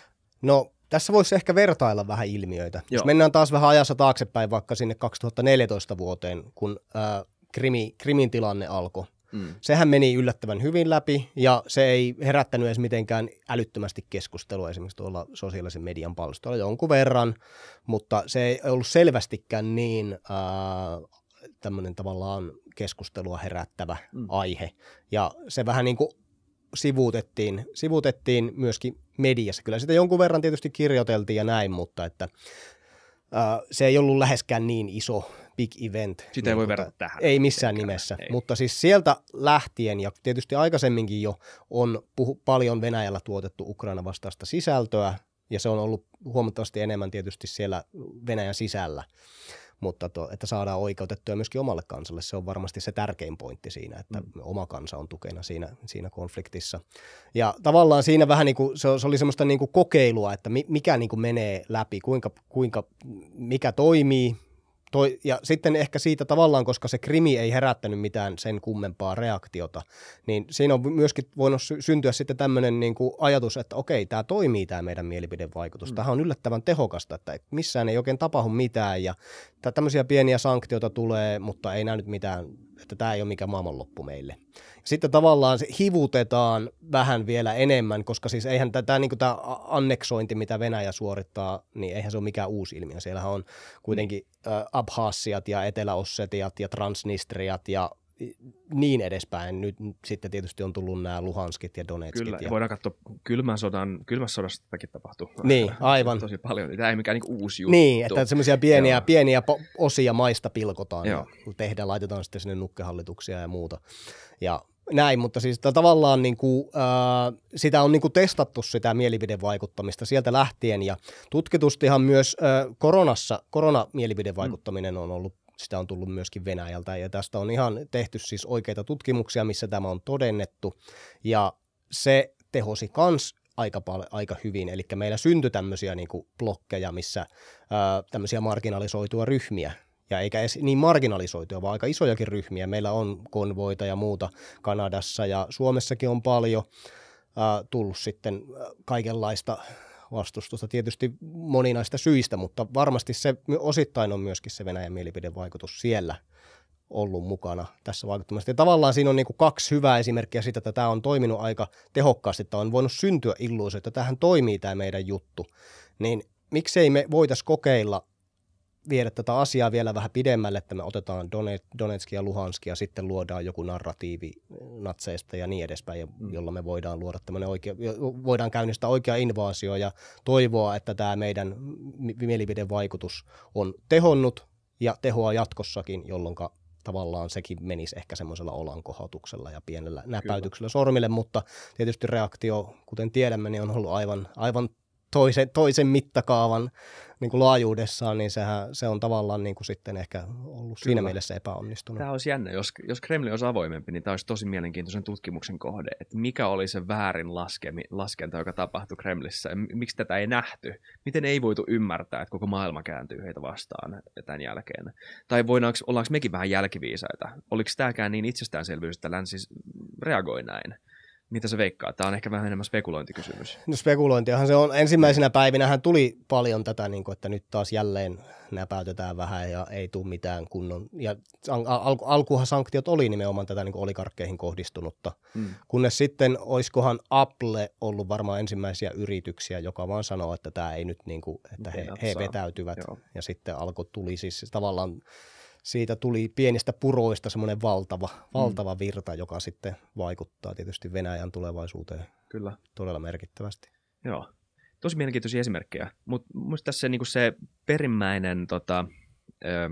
No tässä voisi ehkä vertailla vähän ilmiöitä. Joo. Jos mennään taas vähän ajassa taaksepäin vaikka sinne kaksituhattaneljätoista vuoteen, kun ää, Krimi, Krimin tilanne alkoi. Mm. Sehän meni yllättävän hyvin läpi ja se ei herättänyt edes mitenkään älyttömästi keskustelua esimerkiksi tuolla sosiaalisen median palstoilla jonkun verran, mutta se ei ollut selvästikään niin ää, tämmöinen tavallaan keskustelua herättävä mm. aihe. Ja se vähän niin kuin sivuutettiin, sivuutettiin myöskin mediassa. Kyllä sitä jonkun verran tietysti kirjoiteltiin ja näin, mutta että, ää, se ei ollut läheskään niin iso big event. Sitä niin, ei voi verrata tähän. Ei missään nimessä, ei. Mutta siis sieltä lähtien ja tietysti aikaisemminkin jo on puhu, paljon Venäjällä tuotettu Ukraina vastaista sisältöä ja se on ollut huomattavasti enemmän tietysti siellä Venäjän sisällä. Mutta to, että saadaan oikeutettua myöskin omalle kansalle, se on varmasti se tärkein pointti siinä, että mm. oma kansa on tukena siinä, siinä konfliktissa. Ja tavallaan siinä vähän niin kuin, se, se oli semmoista niin kuin kokeilua, että mikä niin kuin menee läpi, kuinka, kuinka, mikä toimii. Toi, ja sitten ehkä siitä tavallaan, koska se Krimi ei herättänyt mitään sen kummempaa reaktiota, niin siinä on myöskin voinut syntyä sitten tämmöinen niin kuin ajatus, että okei, tämä toimii tämä meidän mielipidevaikutus. Mm. Tämähän on yllättävän tehokasta, että missään ei oikein tapahdu mitään ja tämmöisiä pieniä sanktioita tulee, mutta ei näy nyt mitään, että tämä ei ole mikään maailmanloppu meille. Sitten tavallaan se hivutetaan vähän vielä enemmän, koska siis eihän tämä niin tämä anneksointi, mitä Venäjä suorittaa, niin eihän se ole mikään uusi ilmiö. Siellähän on kuitenkin äh, Abhaasiat ja Etelä-Ossetiat ja Transnistriat ja niin edespäin. Nyt sitten tietysti on tullut nämä Luhanskit ja Donetskit. Kyllä, ja voidaan katsoa kylmän sodan, kylmässä sodassa tätäkin tapahtuu. Niin, aivan. Tosi paljon. Tämä ei mikään niin uusi juttu. Niin, että semmoisia pieniä, pieniä osia maista pilkotaan Joo. ja tehdään, laitetaan sitten sinne nukkehallituksia ja muuta. Ja näin, mutta siis tavallaan niin kuin, äh, sitä on niin kuin testattu sitä mielipidevaikuttamista sieltä lähtien ja tutkitustihan myös äh, koronassa, koronamielipidevaikuttaminen on ollut, sitä on tullut myöskin Venäjältä ja tästä on ihan tehty siis oikeita tutkimuksia, missä tämä on todennettu ja se tehosi kans aika, paljon, aika hyvin, eli meillä syntyi tämmöisiä niin kuin blokkeja, missä äh, tämmöisiä marginalisoituja ryhmiä, ja eikä edes niin marginalisoituja, vaan aika isojakin ryhmiä. Meillä on konvoita ja muuta Kanadassa ja Suomessakin on paljon äh, tullut sitten kaikenlaista vastustusta, tietysti moninaista syistä, mutta varmasti se osittain on myöskin se Venäjän mielipidevaikutus siellä ollut mukana tässä vaikuttamassa. Ja tavallaan siinä on niin kuin kaksi hyvää esimerkkiä siitä, että tämä on toiminut aika tehokkaasti, että on voinut syntyä illuusio, että tämähän toimii tämä meidän juttu. Niin miksei me voitaisiin kokeilla viedä tätä asiaa vielä vähän pidemmälle, että me otetaan Donetskia ja Luhanskia ja sitten luodaan joku narratiivi natseista ja niin edespäin, mm. jolla me voidaan luoda tämmöinen oikea, voidaan käynnistää oikea invaasio ja toivoa, että tämä meidän mielipidevaikutus on tehonnut ja tehoa jatkossakin, jolloin tavallaan sekin menisi ehkä semmoisella olankohotuksella ja pienellä näpäytyksellä sormille, mutta tietysti reaktio, kuten tiedämme, niin on ollut aivan, aivan toisen, toisen mittakaavan niin kuin laajuudessaan, niin sehän, se on tavallaan niin kuin sitten ehkä ollut Kyllä. siinä mielessä epäonnistunut. Tämä olisi jännä. Jos, jos Kremli olisi avoimempi, niin tämä olisi tosi mielenkiintoisen tutkimuksen kohde, että mikä oli se väärin laskemi, laskenta, joka tapahtui Kremlissä, ja miksi tätä ei nähty, miten ei voitu ymmärtää, että koko maailma kääntyy heitä vastaan tämän jälkeen. Tai voidaanko, ollaanko mekin vähän jälkiviisaita? Oliko tämäkään niin itsestäänselvyys, että länsi reagoi näin? Mitä se veikkaa? Tämä on ehkä vähän enemmän spekulointikysymys. No spekulointiahan se on. Ensimmäisenä päivinähän tuli paljon tätä, että nyt taas jälleen näpäytetään vähän ja ei tule mitään kunnon. Ja al- alkuhan sanktiot oli nimenomaan tätä niin kuin oligarkkeihin kohdistunutta. Hmm. Kunnes sitten olisikohan Apple ollut varmaan ensimmäisiä yrityksiä, joka vaan sanoo, että tämä ei nyt, niin kuin, että he, he vetäytyvät. Joo. Ja sitten alkoi tuli siis tavallaan siitä tuli pienistä puroista semmoinen valtava, valtava virta, joka sitten vaikuttaa tietysti Venäjän tulevaisuuteen Kyllä. todella merkittävästi. Joo, tosi mielenkiintoisia esimerkkejä, mutta minusta tässä niinku se perimmäinen, tota, ö,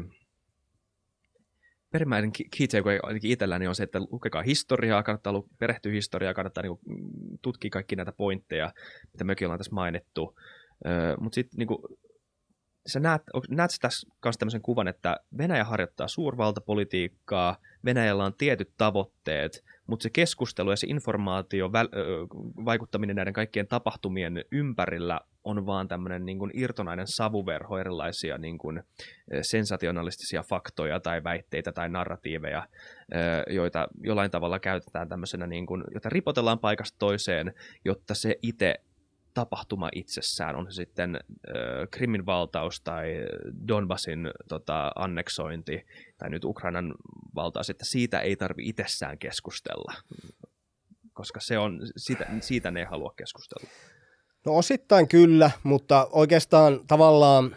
perimmäinen kiitse, joka ainakin itselläni on se, että lukekaa historiaa, kannattaa perehtyä historiaa, kannattaa niinku tutkia kaikki näitä pointteja, mitä mekin ollaan tässä mainittu, mutta sitten niinku, sä näet, näet sä tässä kanssa tämmöisen kuvan, että Venäjä harjoittaa suurvaltapolitiikkaa, Venäjällä on tietyt tavoitteet, mutta se keskustelu ja se informaatio, väl- vaikuttaminen näiden kaikkien tapahtumien ympärillä on vaan tämmöinen niin kuin irtonainen savuverho erilaisia niin kuin sensationalistisia faktoja tai väitteitä tai narratiiveja, joita jollain tavalla käytetään tämmöisenä, niin kuin, jota ripotellaan paikasta toiseen, jotta se itse tapahtuma itsessään, on se sitten äh, Krimin valtaus tai Donbassin tota, anneksointi tai nyt Ukrainan valtaus, että siitä ei tarvitse itsessään keskustella, koska se on, siitä, siitä ne ei halua keskustella. No osittain kyllä, mutta oikeastaan tavallaan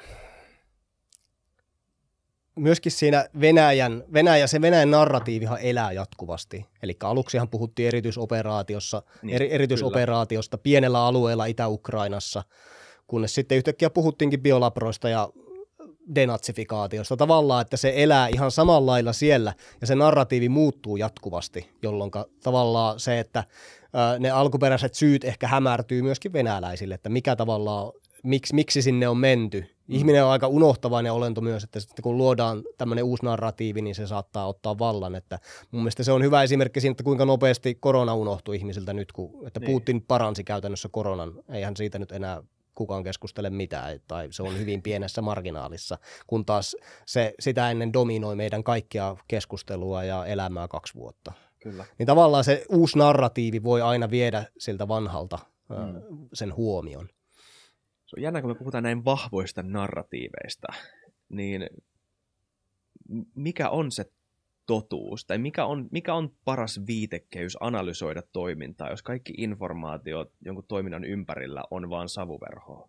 myöskin siinä Venäjän, Venäjä, se Venäjän narratiivihan elää jatkuvasti. Eli aluksihan puhuttiin erityisoperaatiossa, niin, eri, erityisoperaatiosta kyllä. pienellä alueella Itä-Ukrainassa, kunnes sitten yhtäkkiä puhuttiinkin biolabroista ja denatsifikaatiosta. Tavallaan, että se elää ihan samalla lailla siellä ja se narratiivi muuttuu jatkuvasti, jolloin tavallaan se, että ne alkuperäiset syyt ehkä hämärtyy myöskin venäläisille, että mikä tavallaan, miksi, miksi sinne on menty. Ihminen on aika unohtavainen olento myös, että kun luodaan tämmöinen uusi narratiivi, niin se saattaa ottaa vallan. Että mun mielestä se on hyvä esimerkki siitä, että kuinka nopeasti korona unohtui ihmisiltä nyt, kun, että niin. Putin paransi käytännössä koronan. Eihän siitä nyt enää kukaan keskustele mitään, tai se on hyvin pienessä marginaalissa, kun taas se sitä ennen dominoi meidän kaikkia keskustelua ja elämää kaksi vuotta. Kyllä. Niin tavallaan se uusi narratiivi voi aina viedä siltä vanhalta mm. sen huomion. Se on jännä, kun me puhutaan näin vahvoista narratiiveista, niin mikä on se totuus, tai mikä on, mikä on paras viitekehys analysoida toimintaa, jos kaikki informaatio jonkun toiminnan ympärillä on vaan savuverhoa?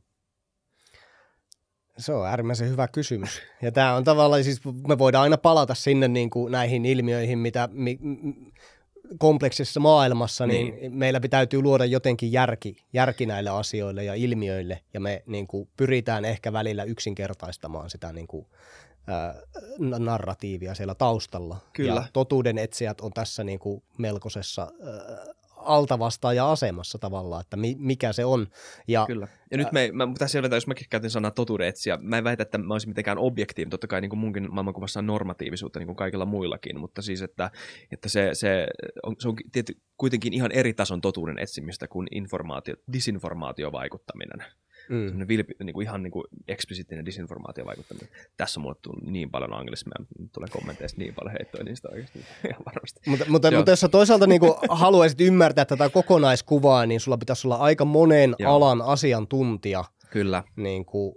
Se on äärimmäisen hyvä kysymys. Ja tämä on tavallaan, siis me voidaan aina palata sinne niin kuin näihin ilmiöihin, mitä mi, kompleksisessa maailmassa, niin, niin meillä täytyy luoda jotenkin järki, järki näille asioille ja ilmiöille, ja me niin kuin pyritään ehkä välillä yksinkertaistamaan sitä niin kuin, ää, narratiivia siellä taustalla. Kyllä. Ja totuuden etsijät on tässä niin kuin melkoisessa ää, altavastaaja-asemassa tavallaan, että mi, mikä se on. Ja, Kyllä. Ja nyt me, mä pitäisi selventää, jos mäkin käytin sanaa totuuden etsijä, mä en väitä, että mä olisin mitenkään objektiivinen, totta kai niin kuin munkin maailmankuvassa on normatiivisuutta niin kuin kaikilla muillakin, mutta siis, että, että se, se on, se on tiety, kuitenkin ihan eri tason totuuden etsimistä kuin informaatio, disinformaatiovaikuttaminen. Mm. Vilpi, niin kuin ihan niin kuin eksplisiittinen disinformaatiovaikuttaminen. Tässä on mulle tullut niin paljon anglismia, tulee kommenteista niin paljon heittoja niistä oikeasti. Ihan varmasti. Mutta, mutta, mutta jos sä toisaalta niin kuin haluaisit ymmärtää tätä kokonaiskuvaa, niin sulla pitäisi olla aika monen Joo. alan asiantuntija. Kyllä. Niin kuin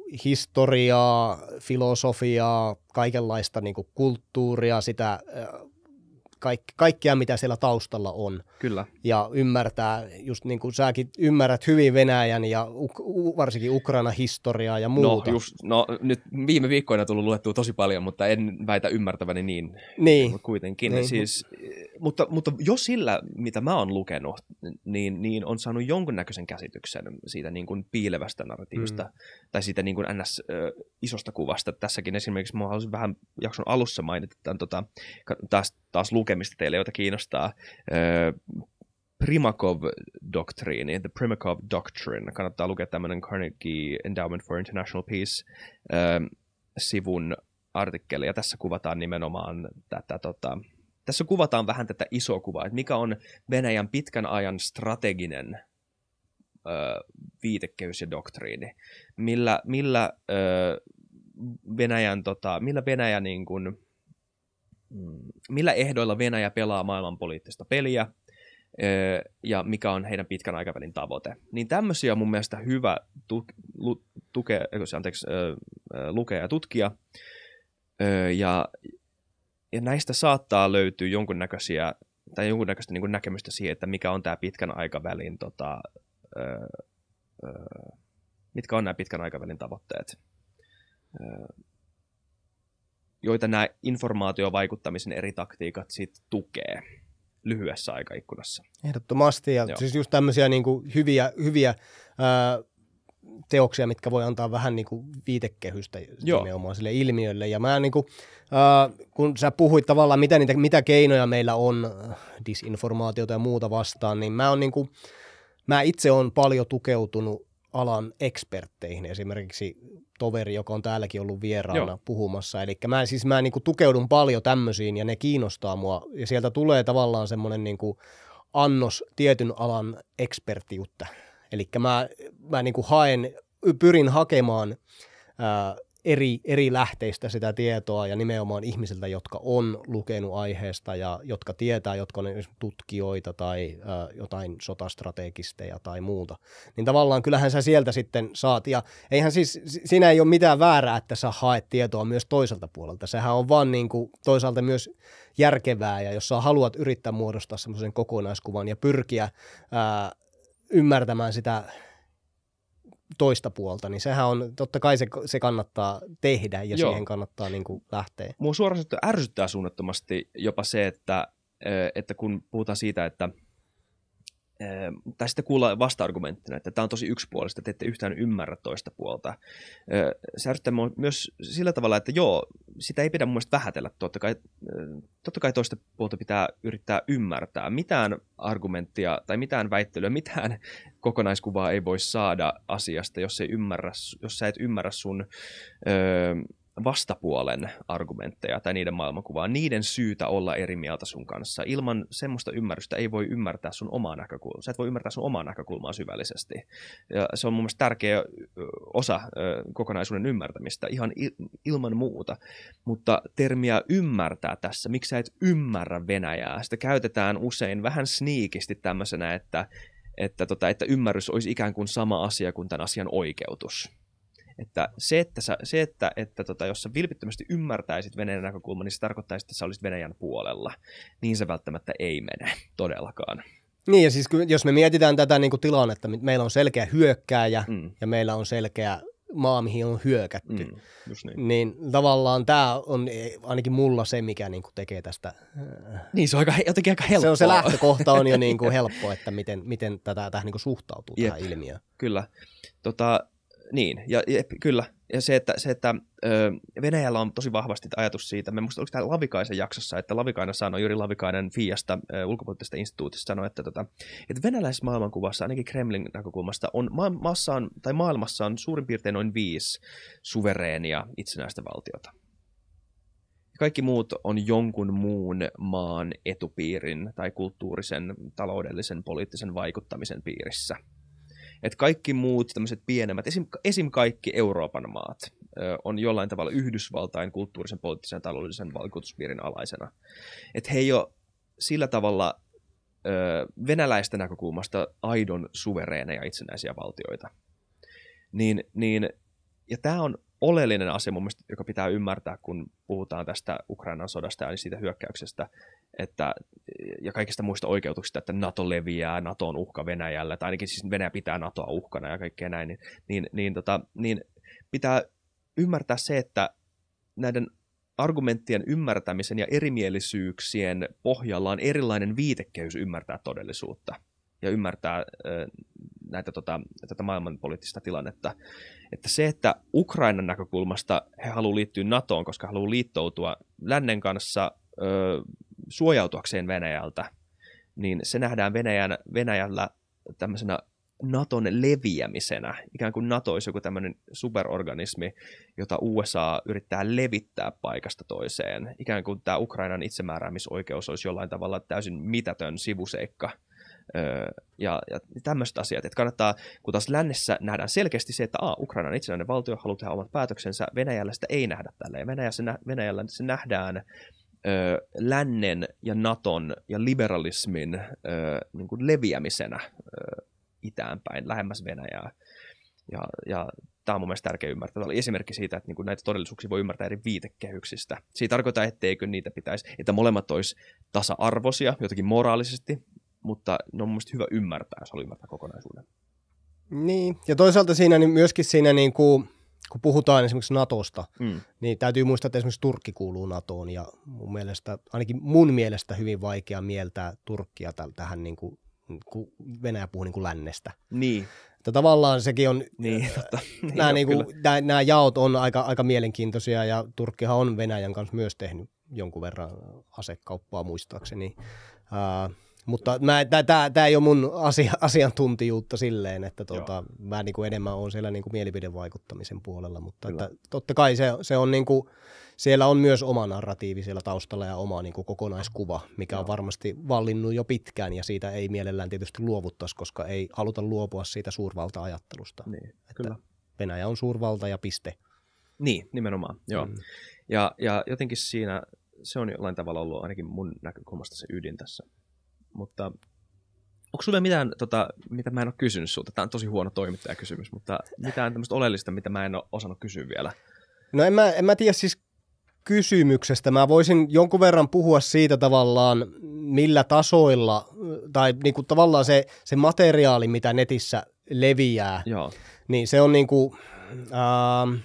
historiaa, filosofiaa, kaikenlaista niin kuin kulttuuria, sitä kaikki, kaikkea, mitä siellä taustalla on. Kyllä. Ja ymmärtää, just niin kuin säkin ymmärrät hyvin Venäjän ja u- varsinkin Ukrainan historiaa ja muuta. No, just, no nyt viime viikkoina tullut luettua tosi paljon, mutta en väitä ymmärtäväni niin, niin. mutta kuitenkin. Niin. Siis, mutta, mutta jo sillä, mitä mä oon lukenut, niin, niin on saanut jonkunnäköisen käsityksen siitä niin kuin piilevästä narratiivista, mm. tai siitä niin kuin ns. Isosta kuvasta. Tässäkin esimerkiksi mä haluaisin vähän jakson alussa mainita tämän, tota, taas, taas lukemista teille, joita kiinnostaa. Primakov-doktriini, The Primakov Doctrine. Kannattaa lukea tämmöinen Carnegie Endowment for International Peace-sivun artikkeli, ja tässä kuvataan nimenomaan tätä, tota, tässä kuvataan vähän tätä isoa kuvaa, että mikä on Venäjän pitkän ajan strateginen ö, viitekehys ja doktriini. Millä, millä ö, Venäjän, tota, millä Venäjä niin kuin, millä ehdoilla Venäjä pelaa maailmanpoliittista peliä, ja mikä on heidän pitkän aikavälin tavoite. Niin tämmöisiä on mun mielestä hyvä tu- lu- tuke, anteeksi, lukea ja tutkia, ja, ja näistä saattaa löytyä jonkunnäköisiä, tai jonkunnäköistä niin kuin näkemystä siihen, että mikä on tämä pitkän aikavälin, tota, ö, ö, mitkä on nämä pitkän aikavälin tavoitteet, ö, joita nämä informaatiovaikuttamisen eri taktiikat sit tukee lyhyessä aikaikkunassa. Ehdottomasti, ja Joo. siis just tämmöisiä niin kuin hyviä, hyviä ää, teoksia, mitkä voi antaa vähän niin kuin viitekehystä Joo. nimenomaan sille ilmiölle. Ja mä niin kuin, ää, kun sä puhuit tavallaan, mitä, niitä, mitä keinoja meillä on disinformaatiota ja muuta vastaan, niin mä, on niin kuin, mä itse olen paljon tukeutunut alan ekspertteihin, esimerkiksi toveri, joka on täälläkin ollut vieraana Joo. puhumassa. Eli mä, siis mä niin kuin tukeudun paljon tämmöisiin, ja ne kiinnostaa mua, ja sieltä tulee tavallaan semmoinen niin kuin annos tietyn alan ekspertiutta. Eli mä, mä niin kuin haen, pyrin hakemaan ää, eri, eri lähteistä sitä tietoa, ja nimenomaan ihmisiltä, jotka on lukenut aiheesta, ja jotka tietää, jotka on tutkijoita tai ää, jotain sotastrategisteja tai muuta. Niin tavallaan kyllähän sä sieltä sitten saat, ja eihän siis, siinä ei ole mitään väärää, että sä haet tietoa myös toiselta puolelta. Sehän on vaan niin kuin toisaalta myös järkevää, ja jos sä haluat yrittää muodostaa semmoisen kokonaiskuvan ja pyrkiä ää, ymmärtämään sitä toista puolta, niin sehän on, totta kai se, se kannattaa tehdä ja Joo. siihen kannattaa niin kuin lähteä. Mua suorastaan ärsyttää suunnattomasti jopa se, että, että kun puhutaan siitä, että tai sitten kuulla vasta-argumenttina, että tämä on tosi yksipuolista, että ette yhtään ymmärrä toista puolta. Se ärsyttää myös sillä tavalla, että joo, sitä ei pidä mun mielestä vähätellä. Totta kai, totta kai toista puolta pitää yrittää ymmärtää. Mitään argumenttia tai mitään väittelyä, mitään kokonaiskuvaa ei voi saada asiasta, jos, ei ymmärrä, jos sä et ymmärrä sun öö, vastapuolen argumentteja tai niiden maailmankuvaa, niiden syytä olla eri mieltä sun kanssa. Ilman semmoista ymmärrystä ei voi ymmärtää sun omaa näkökulmaa. Sä et voi ymmärtää sun omaa näkökulmaa syvällisesti. Ja se on mun mielestä tärkeä osa kokonaisuuden ymmärtämistä, ihan ilman muuta. Mutta termiä ymmärtää tässä, miksi sä et ymmärrä Venäjää, sitä käytetään usein vähän sniikisti tämmöisenä, että, että, tota, että ymmärrys olisi ikään kuin sama asia kuin tämän asian oikeutus. Että se, että, sä, se, että, että tota, jos sä vilpittömästi ymmärtäisit Venäjän näkökulman, niin se tarkoittaisi, että sä olisit Venäjän puolella. Niin se välttämättä ei mene todellakaan. Niin, ja siis jos me mietitään tätä niin kuin tilannetta, meillä on selkeä hyökkääjä mm. ja meillä on selkeä maa, mihin on hyökätty, mm, just niin. niin tavallaan tämä on ainakin mulla se, mikä niin kuin tekee tästä. Niin, se on aika, jotenkin aika helppoa. Se on se lähtökohta on jo niin kuin helppo, että miten, miten tätä, tähän niin kuin suhtautuu Jep. tähän ilmiöön. Kyllä. Tota, niin, ja, ja kyllä. Ja se, että, se, että ö, Venäjällä on tosi vahvasti ajatus siitä, mä muistan, oliko tämä Lavikaisen jaksossa, että Lavikainen sanoi, Jyri Lavikainen F I A-sta, ulkopoliittisesta instituutista, sanoi, että, tota, että venäläisessä maailmankuvassa, ainakin Kremlin näkökulmasta, on ma- maassaan, tai maailmassa on suurin piirtein noin viisi suvereenia itsenäistä valtiota. Kaikki muut on jonkun muun maan etupiirin tai kulttuurisen, taloudellisen, poliittisen vaikuttamisen piirissä. Että kaikki muut tämmöiset pienemmät, esim, esim. Kaikki Euroopan maat ö, on jollain tavalla Yhdysvaltain kulttuurisen, poliittisen ja taloudellisen vaikutuspiirin alaisena. Että he ei ole sillä tavalla ö, venäläisten näkökulmasta aidon suvereeneja itsenäisiä valtioita. Niin, niin, ja tämä on oleellinen asia mun mielestä, joka pitää ymmärtää, kun puhutaan tästä Ukrainan sodasta ja siitä hyökkäyksestä, että, ja kaikista muista oikeutuksista, että NATO leviää, NATO on uhka Venäjällä, tai ainakin siis Venäjä pitää NATOa uhkana ja kaikkea näin, niin, niin, niin, tota, niin pitää ymmärtää se, että näiden argumenttien ymmärtämisen ja erimielisyyksien pohjalla on erilainen viitekehys ymmärtää todellisuutta ja ymmärtää näitä, tota, tätä maailmanpoliittista tilannetta. Että se, että Ukrainan näkökulmasta he haluavat liittyä NATOon, koska haluavat liittoutua lännen kanssa ö, suojautuakseen Venäjältä, niin se nähdään Venäjän, Venäjällä tämmöisenä NATOn leviämisenä. Ikään kuin NATO olisi joku tämmöinen superorganismi, jota U S A yrittää levittää paikasta toiseen. Ikään kuin tämä Ukrainan itsemääräämisoikeus olisi jollain tavalla täysin mitätön sivuseikka. Ja, ja tämmöiset asiat, että kannattaa, kun taas lännessä nähdään selkeästi se, että a, Ukrainan itsenäinen valtio haluaa tehdä omat päätöksensä, Venäjällä sitä ei nähdä tälleen. Venäjä, se nä, Venäjällä se nähdään ö, lännen ja NATOn ja liberalismin ö, niin kuin leviämisenä ö, itäänpäin, lähemmäs Venäjää. Ja, ja tämä on mun mielestä tärkeä ymmärtää. Tämä oli esimerkki siitä, että niin kuin näitä todellisuuksia voi ymmärtää eri viitekehyksistä. Se ei tarkoita, etteikö niitä pitäisi, että molemmat olisi tasa-arvoisia jotenkin moraalisesti, mutta ne on mun mielestä hyvä ymmärtää, jos haluaa ymmärtää kokonaisuuden. Niin, ja toisaalta siinä niin myöskin siinä, niin kuin, kun puhutaan esimerkiksi NATOsta, mm. niin täytyy muistaa, että esimerkiksi Turkki kuuluu NATOon, ja mun mielestä, ainakin mun mielestä hyvin vaikea mieltää Turkkia tähän, niin kuin, kun Venäjä puhuu niin kuin lännestä. Niin. Että tavallaan sekin on, niin, totta. nämä, niin kuin, nämä, nämä jaot on aika, aika mielenkiintoisia, ja Turkkihan on Venäjän kanssa myös tehnyt jonkun verran asekauppaa muistaakseni. Uh, Mutta tämä ei ole mun asia, asiantuntijuutta silleen, että tuota, mä niinku enemmän olen siellä niinku mielipidevaikuttamisen puolella, mutta että totta kai se, se on niinku, siellä on myös oma narratiivi siellä taustalla ja oma niinku kokonaiskuva, mikä Joo. on varmasti vallinnut jo pitkään ja siitä ei mielellään tietysti luovuttaisi, koska ei haluta luopua siitä suurvalta-ajattelusta. Niin, kyllä. Venäjä on suurvalta ja piste. Niin, nimenomaan, joo. Mm. Ja, ja jotenkin siinä se on jollain tavalla ollut ainakin mun näkökulmasta se ydin tässä. Mutta onko sulle mitään, tota, mitä mä en ole kysynyt sulta? Tämä on tosi huono toimittajakysymys, mutta mitään tämmöistä oleellista, mitä mä en ole osannut kysyä vielä? No en mä, en mä tiedä siis kysymyksestä. Mä voisin jonkun verran puhua siitä tavallaan, millä tasoilla, tai niinku tavallaan se, se materiaali, mitä netissä leviää, Joo. niin se on niinku... Ähm,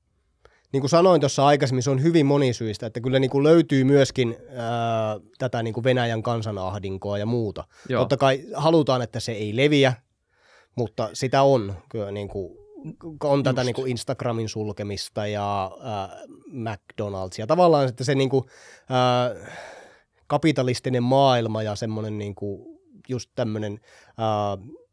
niin kuin sanoin tuossa aikaisemmin, se on hyvin monisyistä, että kyllä niin kuin löytyy myöskin ää, tätä niin kuin Venäjän kansanahdinkoa ja muuta. Joo. Totta kai halutaan, että se ei leviä, mutta sitä on. Kyllä niin kuin, on tätä niin kuin Instagramin sulkemista ja ää, McDonald's. Ja tavallaan että se niin kuin, ää, kapitalistinen maailma ja semmoinen niin kuin just tämmöinen ää,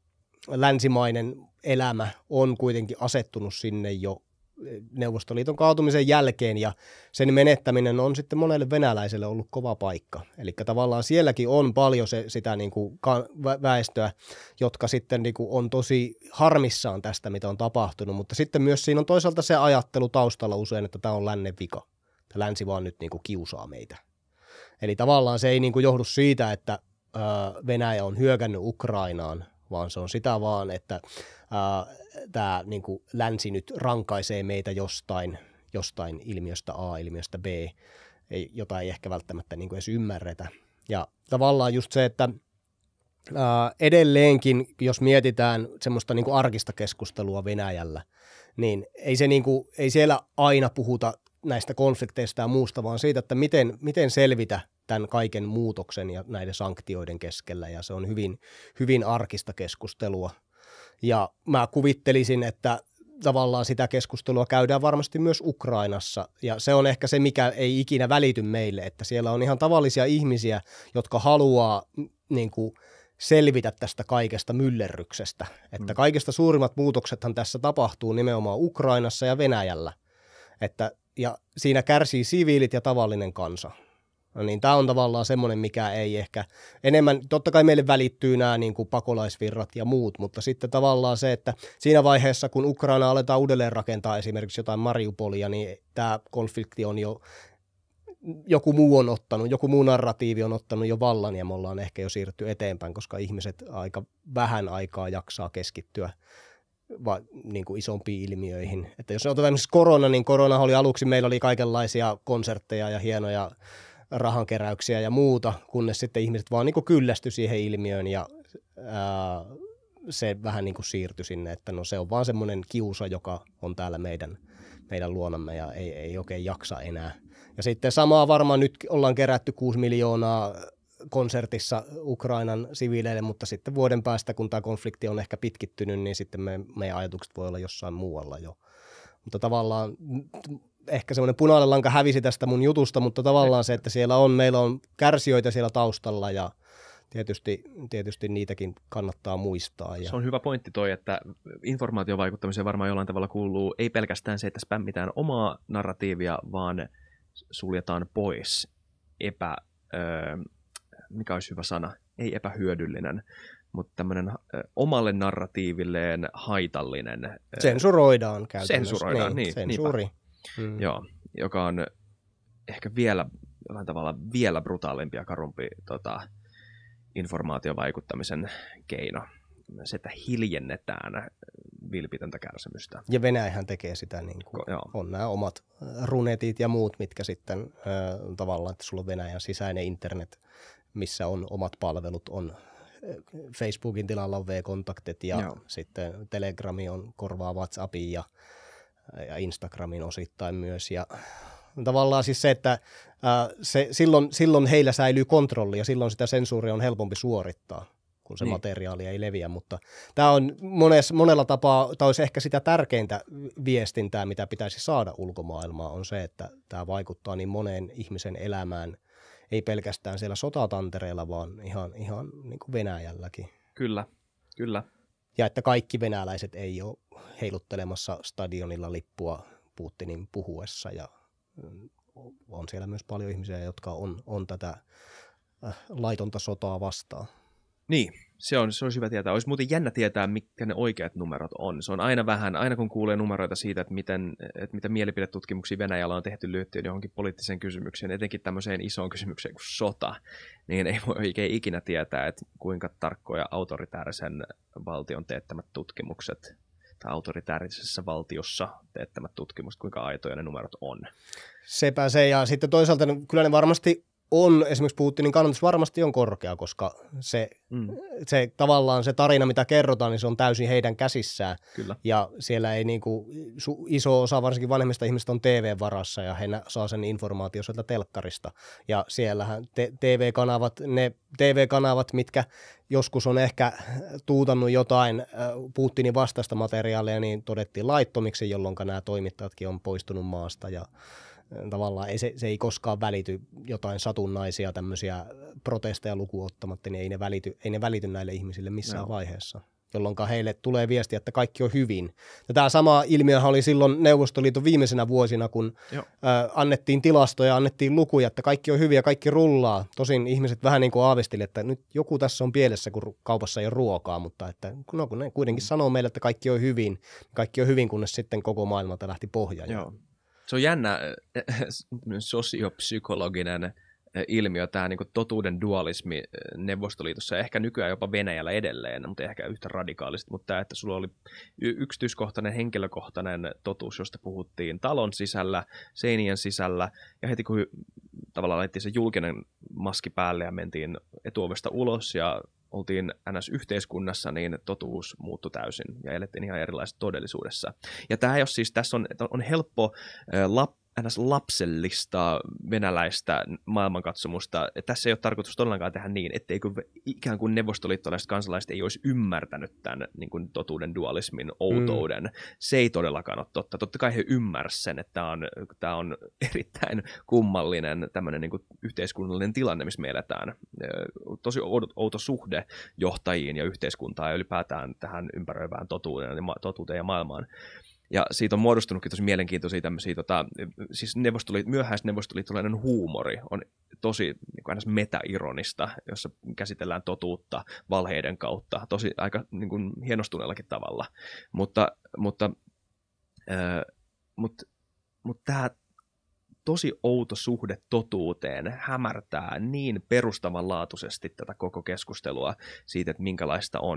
länsimainen elämä on kuitenkin asettunut sinne jo Neuvostoliiton kaatumisen jälkeen, ja sen menettäminen on sitten monelle venäläiselle ollut kova paikka. Eli tavallaan sielläkin on paljon se, sitä niin kuin väestöä, jotka sitten niin kuin on tosi harmissaan tästä, mitä on tapahtunut, mutta sitten myös siinä on toisaalta se ajattelu taustalla usein, että tämä on lännen vika. Länsi vaan nyt niin kuin kiusaa meitä. Eli tavallaan se ei niin kuin johdu siitä, että Venäjä on hyökännyt Ukrainaan, vaan se on sitä vaan, että tämä niin kuin länsi nyt rankaisee meitä jostain, jostain ilmiöstä A, ilmiöstä B, ei, jota ei ehkä välttämättä niin kuin edes ymmärretä. Ja tavallaan just se, että ää, edelleenkin, jos mietitään semmoista niin kuin arkista keskustelua Venäjällä, niin ei, se niin kuin, ei siellä aina puhuta näistä konflikteista ja muusta, vaan siitä, että miten, miten selvitä tämän kaiken muutoksen ja näiden sanktioiden keskellä, ja se on hyvin, hyvin arkista keskustelua. Ja mä kuvittelisin, että tavallaan sitä keskustelua käydään varmasti myös Ukrainassa, ja se on ehkä se, mikä ei ikinä välity meille, että siellä on ihan tavallisia ihmisiä, jotka haluaa niin kuin, selvitä tästä kaikesta myllerryksestä, että mm. kaikista suurimmat muutoksethan tässä tapahtuu nimenomaan Ukrainassa ja Venäjällä, että, ja siinä kärsii siviilit ja tavallinen kansa. No niin, tämä on tavallaan semmoinen, mikä ei ehkä enemmän, totta kai meille välittyy nämä niin kuin pakolaisvirrat ja muut, mutta sitten tavallaan se, että siinä vaiheessa, kun Ukraina aletaan uudelleen rakentaa esimerkiksi jotain Mariupolia, niin tämä konflikti on jo, joku muu on ottanut, joku muu narratiivi on ottanut jo vallan, ja me ollaan ehkä jo siirrytty eteenpäin, koska ihmiset aika vähän aikaa jaksaa keskittyä va, niin kuin isompiin ilmiöihin. Että jos otetaan esimerkiksi korona, niin korona oli aluksi, meillä oli kaikenlaisia konsertteja ja hienoja rahankeräyksiä ja muuta, kunnes sitten ihmiset vaan niin kuin kyllästyi siihen ilmiöön ja ää, se vähän niin kuin siirtyi sinne, että no se on vaan semmoinen kiusa, joka on täällä meidän, meidän luonamme ja ei, ei oikein jaksa enää. Ja sitten samaa varmaan nyt ollaan kerätty kuusi miljoonaa konsertissa Ukrainan siviileille, mutta sitten vuoden päästä, kun tämä konflikti on ehkä pitkittynyt, niin sitten me, meidän ajatukset voi olla jossain muualla jo. Mutta tavallaan ehkä semmoinen punainen lanka hävisi tästä mun jutusta, mutta tavallaan se, että siellä on, meillä on kärsijöitä siellä taustalla ja tietysti, tietysti niitäkin kannattaa muistaa. Ja se on hyvä pointti toi, että informaatiovaikuttamiseen varmaan jollain tavalla kuuluu ei pelkästään se, että spämmitään omaa narratiivia, vaan suljetaan pois epä, öö, mikä olisi hyvä sana, ei epähyödyllinen, mutta tämmöinen ö, omalle narratiivilleen haitallinen. Ö, sensuroidaan käytännössä. Sensuroidaan, niin. Sensuuri. Hmm. Joo, joka on ehkä vielä jollain tavalla vielä brutaalimpi ja karumpi tota, informaatiovaikuttamisen keino. Se, että hiljennetään vilpitöntä kärsimystä. Ja Venäjähän tekee sitä, niin kuin on nämä omat runetit ja muut, mitkä sitten äh, tavallaan, että sulla on Venäjän sisäinen internet, missä on omat palvelut, on Facebookin tilalla on V-kontaktit ja Joo. sitten Telegrami on korvaa WhatsAppin ja, ja Instagramin osittain myös. Ja tavallaan siis se, että ää, se, silloin, silloin heillä säilyy kontrolli ja silloin sitä sensuuria on helpompi suorittaa, kun se niin. materiaali ei leviä. Mutta tämä on mones, monella tapaa, tämä olisi ehkä sitä tärkeintä viestintää, mitä pitäisi saada ulkomaailmaan, on se, että tämä vaikuttaa niin moneen ihmisen elämään, ei pelkästään siellä sotatantereilla, vaan ihan, ihan niin kuin Venäjälläkin. Kyllä, kyllä. Ja että kaikki venäläiset ei ole heiluttelemassa stadionilla lippua Putinin puhuessa. Ja on siellä myös paljon ihmisiä, jotka on, on tätä laitonta sotaa vastaan. Niin, se on, se on hyvä tietää. Olisi muuten jännä tietää, mitkä ne oikeat numerot on. Se on aina vähän, aina kun kuulee numeroita siitä, että miten, että miten mielipidetutkimuksia Venäjällä on tehty liittyen johonkin poliittiseen kysymykseen, etenkin tämmöiseen isoon kysymykseen kuin sota, niin ei voi oikein ikinä tietää, että kuinka tarkkoja autoritäärisen valtion teettämät tutkimukset tai autoritäärisessä valtiossa teettämät tutkimukset, kuinka aitoja ne numerot on. Sepä se, ja sitten toisaalta kyllä ne varmasti on, esimerkiksi Putinin kannatus varmasti on korkea, koska se, mm. se tavallaan se tarina, mitä kerrotaan, niin se on täysin heidän käsissään. Kyllä. Ja siellä ei niin kuin, iso osa varsinkin vanhemmista ihmistä on T V-varassa ja he saa sen informaatio sieltä telkkarista. Ja siellähän te- T V-kanavat, ne T V-kanavat, mitkä joskus on ehkä tuutannut jotain Putinin vastaista materiaalia, niin todettiin laittomiksi, jolloin nämä toimittajatkin on poistunut maasta ja tavallaan ei, se, se ei koskaan välity jotain satunnaisia tämmöisiä protesteja lukuun ottamatta, niin ei ne välity, ei ne välity näille ihmisille missään no. vaiheessa, jolloin heille tulee viesti, että kaikki on hyvin. Ja tämä sama ilmiöhän oli silloin Neuvostoliiton viimeisenä vuosina, kun ä, annettiin tilastoja, annettiin lukuja, että kaikki on hyviä, kaikki rullaa. Tosin ihmiset vähän niin kuin aavisteli, että nyt joku tässä on pielessä, kun kaupassa ei ole ruokaa, mutta että, no, kun ne kuitenkin sanoo meille, että kaikki on hyvin, kaikki on hyvin, kunnes sitten koko maailmalta lähti pohja. Joo. Se on jännä sosiopsykologinen ilmiö, tämä niin kuin totuuden dualismi Neuvostoliitossa ja ehkä nykyään jopa Venäjällä edelleen, mutta ehkä yhtä radikaalisti, mutta tämä, että sulla oli yksityiskohtainen, henkilökohtainen totuus, josta puhuttiin talon sisällä, seinien sisällä, ja heti kun tavallaan laitettiin se julkinen maski päälle ja mentiin etuovesta ulos ja oltiin N S-yhteiskunnassa, niin totuus muuttui täysin ja elettiin ihan erilaisessa todellisuudessa. Ja tämä jos siis, tässä on, on helppo äh, lap, N S-lapsellista venäläistä maailmankatsomusta. Tässä ei ole tarkoitus todellakaan tehdä niin, etteikö ikään kuin neuvostoliittolaiset kansalaiset ei olisi ymmärtänyt tämän niin kuin totuuden dualismin outouden. Mm. Se ei todellakaan ole totta. Totta kai he ymmärsivät sen, että tämä on, tämä on erittäin kummallinen tämmöinen niin kuin yhteiskunnallinen tilanne, missä me eletään. Tosi outo suhde johtajiin ja yhteiskuntaan ja ylipäätään tähän ympäröivään totuuteen, totuuteen ja maailmaan. Ja siitä on muodostunutkin tosi mielenkiintoisia tämmöisiä, tota, siis neuvostoliit, myöhäisneuvostoliittolainen huumori on tosi niin kuin aina meta-ironista, jossa käsitellään totuutta valheiden kautta, tosi aika niin kuin hienostuneellakin tavalla. Mutta, mutta, äh, mutta, mutta tämä tosi outo suhde totuuteen hämärtää niin perustavanlaatuisesti tätä koko keskustelua siitä, että minkälaista on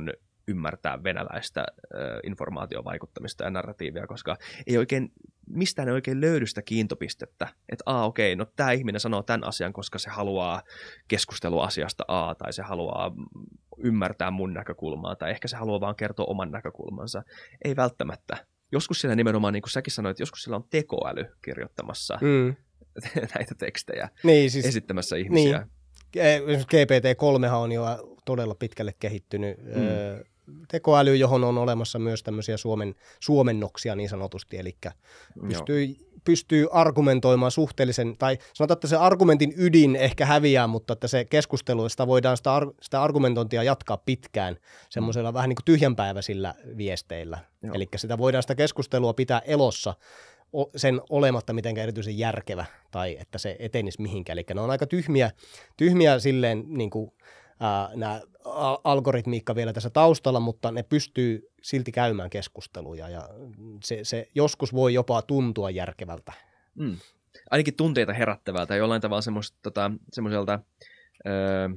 ymmärtää venäläistä äh, informaatiovaikuttamista ja narratiivia, koska ei oikein, mistään ei oikein löydy sitä kiintopistettä, että a okei, no tämä ihminen sanoo tämän asian, koska se haluaa keskustelua asiasta A, tai se haluaa ymmärtää mun näkökulmaa, tai ehkä se haluaa vaan kertoa oman näkökulmansa. Ei välttämättä. Joskus siellä nimenomaan, niin kuin säkin sanoit, joskus siellä on tekoäly kirjoittamassa mm. näitä tekstejä, niin, siis, esittämässä ihmisiä. Niin. G P T kolme on jo todella pitkälle kehittynyt mm. tekoäly, johon on olemassa myös tämmöisiä suomen, suomennoksia niin sanotusti, eli pystyy, pystyy argumentoimaan suhteellisen, tai sanotaan, että se argumentin ydin ehkä häviää, mutta että se keskustelu, sitä voidaan sitä, ar- sitä argumentointia jatkaa pitkään semmoisella mm. vähän niin kuin tyhjänpäiväisillä viesteillä. Joo. Eli sitä voidaan sitä keskustelua pitää elossa sen olematta mitenkään erityisen järkevä tai että se etenisi mihinkään. Eli ne on aika tyhmiä, tyhmiä silleen niin kuin ää, nämä algoritmiikka vielä tässä taustalla, mutta ne pystyy silti käymään keskusteluja ja se, se joskus voi jopa tuntua järkevältä. Mm. Ainakin tunteita herättävältä, jollain tavalla tota, semmoiselta öö,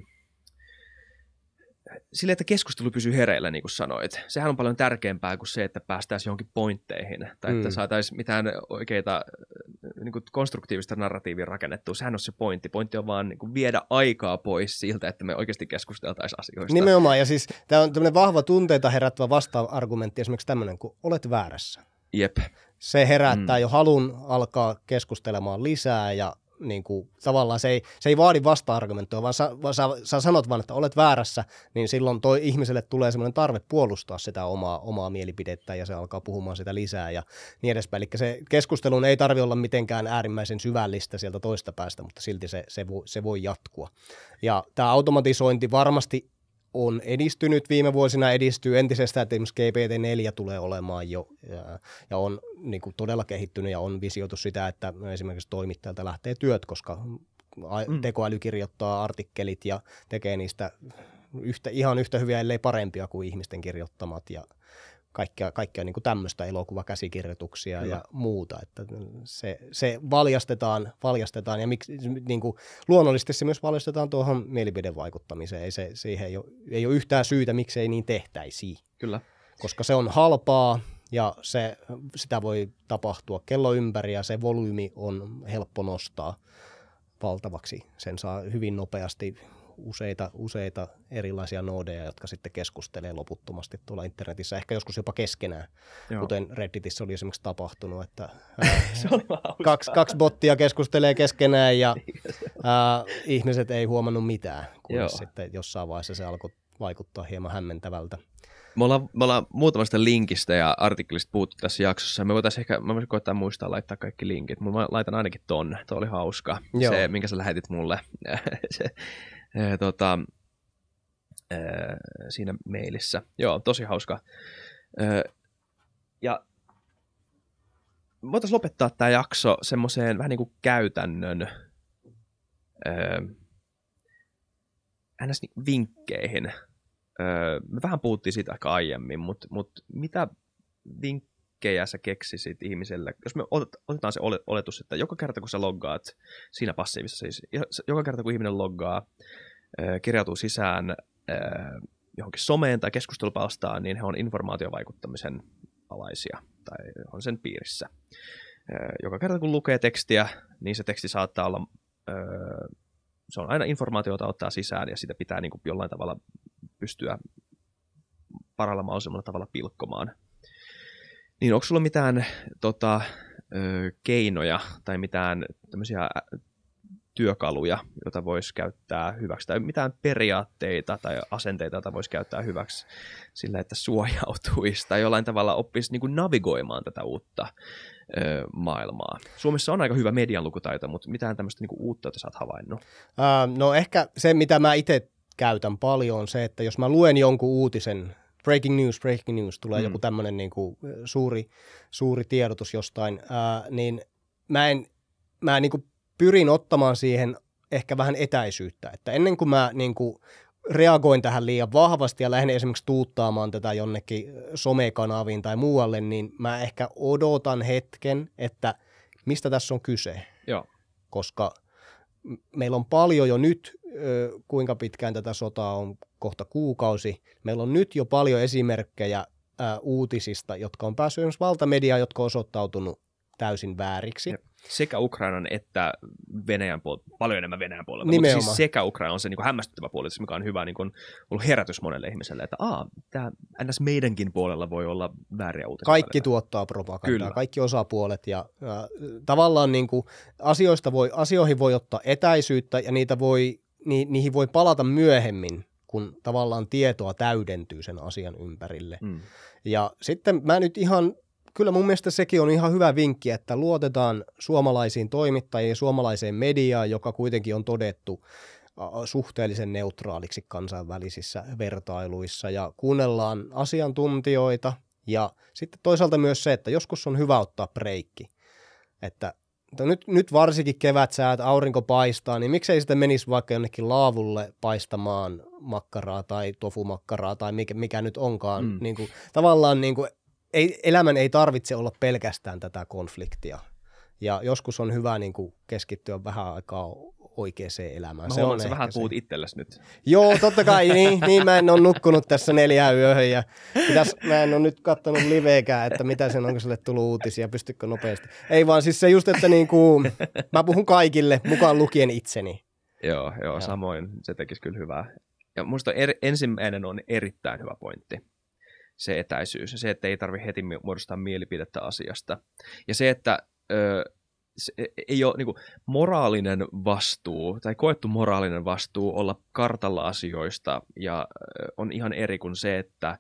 sille, että keskustelu pysyy hereillä, niin kuin sanoit. Sehän on paljon tärkeämpää kuin se, että päästäisiin johonkin pointteihin tai mm. että saataisiin mitään oikeita niin kuin konstruktiivista narratiivia rakennettua. Sehän on se pointti. Pointti on vaan niin kuin viedä aikaa pois siltä, että me oikeasti keskusteltaisiin asioista. Nimenomaan, ja siis tämä on tämmöinen vahva tunteita herättävä vasta-argumentti, esimerkiksi tämmöinen, kun olet väärässä. Jep. Se herättää mm. jo halun alkaa keskustelemaan lisää ja niin kuin, tavallaan se ei, se ei vaadi vasta-argumenttia, vaan, sä, vaan sä, sä sanot vaan, että olet väärässä, niin silloin toi ihmiselle tulee semmoinen tarve puolustaa sitä omaa, omaa mielipidettä ja se alkaa puhumaan sitä lisää ja niin edespäin. Eli se keskustelun ei tarvitse olla mitenkään äärimmäisen syvällistä sieltä toista päästä, mutta silti se, se, voi, se voi jatkua. Ja tämä automatisointi varmasti on edistynyt viime vuosina, edistyy entisestään, että esimerkiksi G P T neljä tulee olemaan jo ja, ja on niin kuin todella kehittynyt ja on visioitu sitä, että esimerkiksi toimittajalta lähtee työt, koska mm. tekoäly kirjoittaa artikkelit ja tekee niistä yhtä, ihan yhtä hyviä, ellei parempia kuin ihmisten kirjoittamat ja kaikkea, kaikkea niin kuin tämmöistä elokuvakäsikirjoituksia Kyllä. ja muuta, että se, se valjastetaan, valjastetaan ja miksi, niin kuin, luonnollisesti se myös valjastetaan tuohon mielipidevaikuttamiseen, ei, se, siihen ei, ole, ei ole yhtään syytä, miksei niin tehtäisi, Kyllä. koska se on halpaa ja se, sitä voi tapahtua kello ympäri ja se volyymi on helppo nostaa valtavaksi, sen saa hyvin nopeasti useita, useita erilaisia noodeja, jotka sitten keskustelee loputtomasti tuolla internetissä, ehkä joskus jopa keskenään, Joo. kuten Redditissä oli esimerkiksi tapahtunut, että ää, kaksi, kaksi bottia keskustelee keskenään ja ää, ihmiset ei huomannut mitään, kunnes sitten jossain vaiheessa se alkoi vaikuttaa hieman hämmentävältä. Me ollaan, me ollaan muutamasta linkistä ja artikkelista puhuttu tässä jaksossa. Me voitaisiin ehkä, mä voisin koittaa muistaa laittaa kaikki linkit. Mä laitan ainakin ton, tuo oli hauska, Joo. se minkä sä lähetit mulle. se, e, tota, e, siinä mailissa. Joo, tosi hauska. E, ja voitaisiin lopettaa tämä jakso semmoiseen vähän niin kuin käytännön e, ns. Vinkkeihin. Öö, me vähän puhuttiin siitä ehkä aiemmin, mutta mut mitä vinkkejä sä keksisit ihmiselle, jos me otetaan se oletus, että joka kerta kun sä loggaat, siinä passiivissa siis, joka kerta kun ihminen loggaa, öö, kirjautuu sisään öö, johonkin someen tai keskustelupalstaan, niin he on informaatiovaikuttamisen alaisia tai on sen piirissä. Öö, joka kerta kun lukee tekstiä, niin se teksti saattaa olla, öö, se on aina informaatiota ottaa sisään ja sitä pitää niin kuin jollain tavalla pystyä parhaalla mahdollisella tavalla pilkkomaan. Niin onko sulla mitään tota, ö, keinoja tai mitään tämmöisiä työkaluja, joita voisi käyttää hyväksi, tai mitään periaatteita tai asenteita, joita voisi käyttää hyväksi sillä, että suojautuisi tai jollain tavalla oppisi niin kuin navigoimaan tätä uutta ö, maailmaa. Suomessa on aika hyvä medianlukutaito, mutta mitään tämmöistä niin kuin uutta, jota sä oot havainnut? Uh, no ehkä se, mitä mä itse käytän paljon on se, että jos mä luen jonkun uutisen, breaking news, breaking news, tulee mm. joku tämmöinen niin kuin suuri, suuri tiedotus jostain, ää, niin mä, en, mä niin kuin pyrin ottamaan siihen ehkä vähän etäisyyttä, että ennen kuin mä niin kuin reagoin tähän liian vahvasti ja lähden esimerkiksi tuuttaamaan tätä jonnekin somekanaviin tai muualle, niin mä ehkä odotan hetken, että mistä tässä on kyse, Joo. koska meillä on paljon jo nyt kuinka pitkään tätä sotaa on, kohta kuukausi. Meillä on nyt jo paljon esimerkkejä ää, uutisista, jotka on päässyt esimerkiksi valtamediaan, jotka on osoittautunut täysin vääriksi. Ja sekä Ukrainan että Venäjän puolelta, paljon enemmän Venäjän puolelta, Nimenomaan. mutta siis sekä Ukraina on se niin kuin hämmästyttävä puoli, mikä on hyvä niin kuin, ollut herätys monelle ihmiselle, että aa, tämä ns. Meidänkin puolella voi olla vääriä uutisia. Kaikki välillä. tuottaa propagandaa, Kyllä. kaikki osapuolet ja äh, tavallaan niin kuin asioista voi, asioihin voi ottaa etäisyyttä ja niitä voi, ni, niihin voi palata myöhemmin, kun tavallaan tietoa täydentyy sen asian ympärille. Mm. Ja sitten mä nyt ihan kyllä mun mielestä sekin on ihan hyvä vinkki, että luotetaan suomalaisiin toimittajiin ja suomalaiseen mediaan, joka kuitenkin on todettu suhteellisen neutraaliksi kansainvälisissä vertailuissa ja kuunnellaan asiantuntijoita ja sitten toisaalta myös se, että joskus on hyvä ottaa breikki, että nyt, nyt varsinkin kevätsäät, aurinko paistaa, niin miksei sitten menisi vaikka jonnekin laavulle paistamaan makkaraa tai tofumakkaraa tai mikä, mikä nyt onkaan, mm. niin kuin, tavallaan niin kuin Ei, elämän ei tarvitse olla pelkästään tätä konfliktia. Ja joskus on hyvä niin kuin keskittyä vähän aikaa oikeaan elämään. Mä se huomaan, on että sä vähän se. puhut itsellesi nyt. Joo, totta kai. niin, niin mä en ole nukkunut tässä neljään yöhön. Ja pitäis, mä en ole nyt katsonut liveekään, että mitä sen onko sille tullut uutisia, pystykö nopeasti. Ei vaan siis se just, että niin kuin, mä puhun kaikille, mukaan lukien itseni. Joo, joo, samoin. Se tekisi kyllä hyvää. Ja musta er, ensimmäinen on erittäin hyvä pointti. Se etäisyys, se, että ei tarvitse heti muodostaa mielipidettä asiasta. Ja se, että ö, se ei ole niin kuin, moraalinen vastuu tai koettu moraalinen vastuu olla kartalla asioista ja ö, on ihan eri kuin se, että,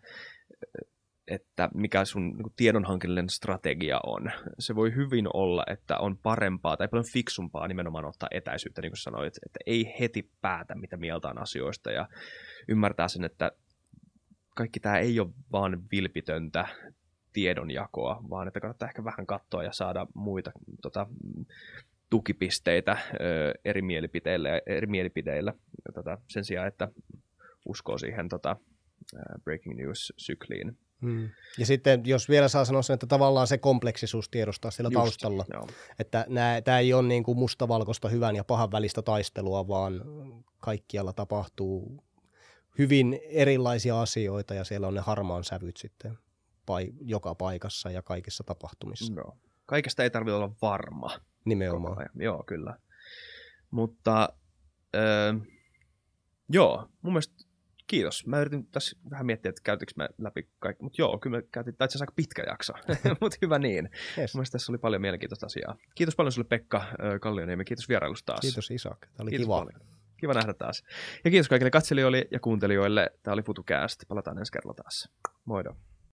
että mikä sun niin kuin, tiedonhankinnallinen strategia on. Se voi hyvin olla, että on parempaa tai paljon fiksumpaa nimenomaan ottaa etäisyyttä, niin kuin sanoit, että ei heti päätä, mitä mieltä on asioista ja ymmärtää sen, että kaikki tämä ei ole vaan vilpitöntä tiedonjakoa, vaan että kannattaa ehkä vähän katsoa ja saada muita tota, tukipisteitä ö, eri mielipiteillä ja eri mielipideillä tota, sen sijaan, että uskoo siihen tota, breaking news-sykliin. Hmm. Ja sitten jos vielä saa sanoa sen, että tavallaan se kompleksisuus tiedostaa siellä Just, taustalla, joo. Että tämä ei ole niin kuin mustavalkoista hyvän ja pahan välistä taistelua, vaan kaikkialla tapahtuu hyvin erilaisia asioita ja siellä on ne harmaan sävyt sitten pai- joka paikassa ja kaikissa tapahtumissa. No. Kaikesta ei tarvitse olla varma. Nimenomaan. Joo, kyllä. Mutta öö, joo, mun mielestä kiitos. Mä yritin tässä vähän miettiä, että käytinkö mä läpi kaikki, mutta joo, kyllä me käytiin, tai itse asiassa aika pitkä jakso, mutta hyvä niin. Yes. Mun mielestä tässä oli paljon mielenkiintoista asiaa. Kiitos paljon sulle Pekka Kallioniemi, kiitos vierailusta taas. Kiitos Isak, tämä oli kiitos kiva. Paljon. Kiva nähdä taas. Ja kiitos kaikille katselijoille ja kuuntelijoille. Tämä oli FutuCast. Palataan ensi kerralla taas. Moido.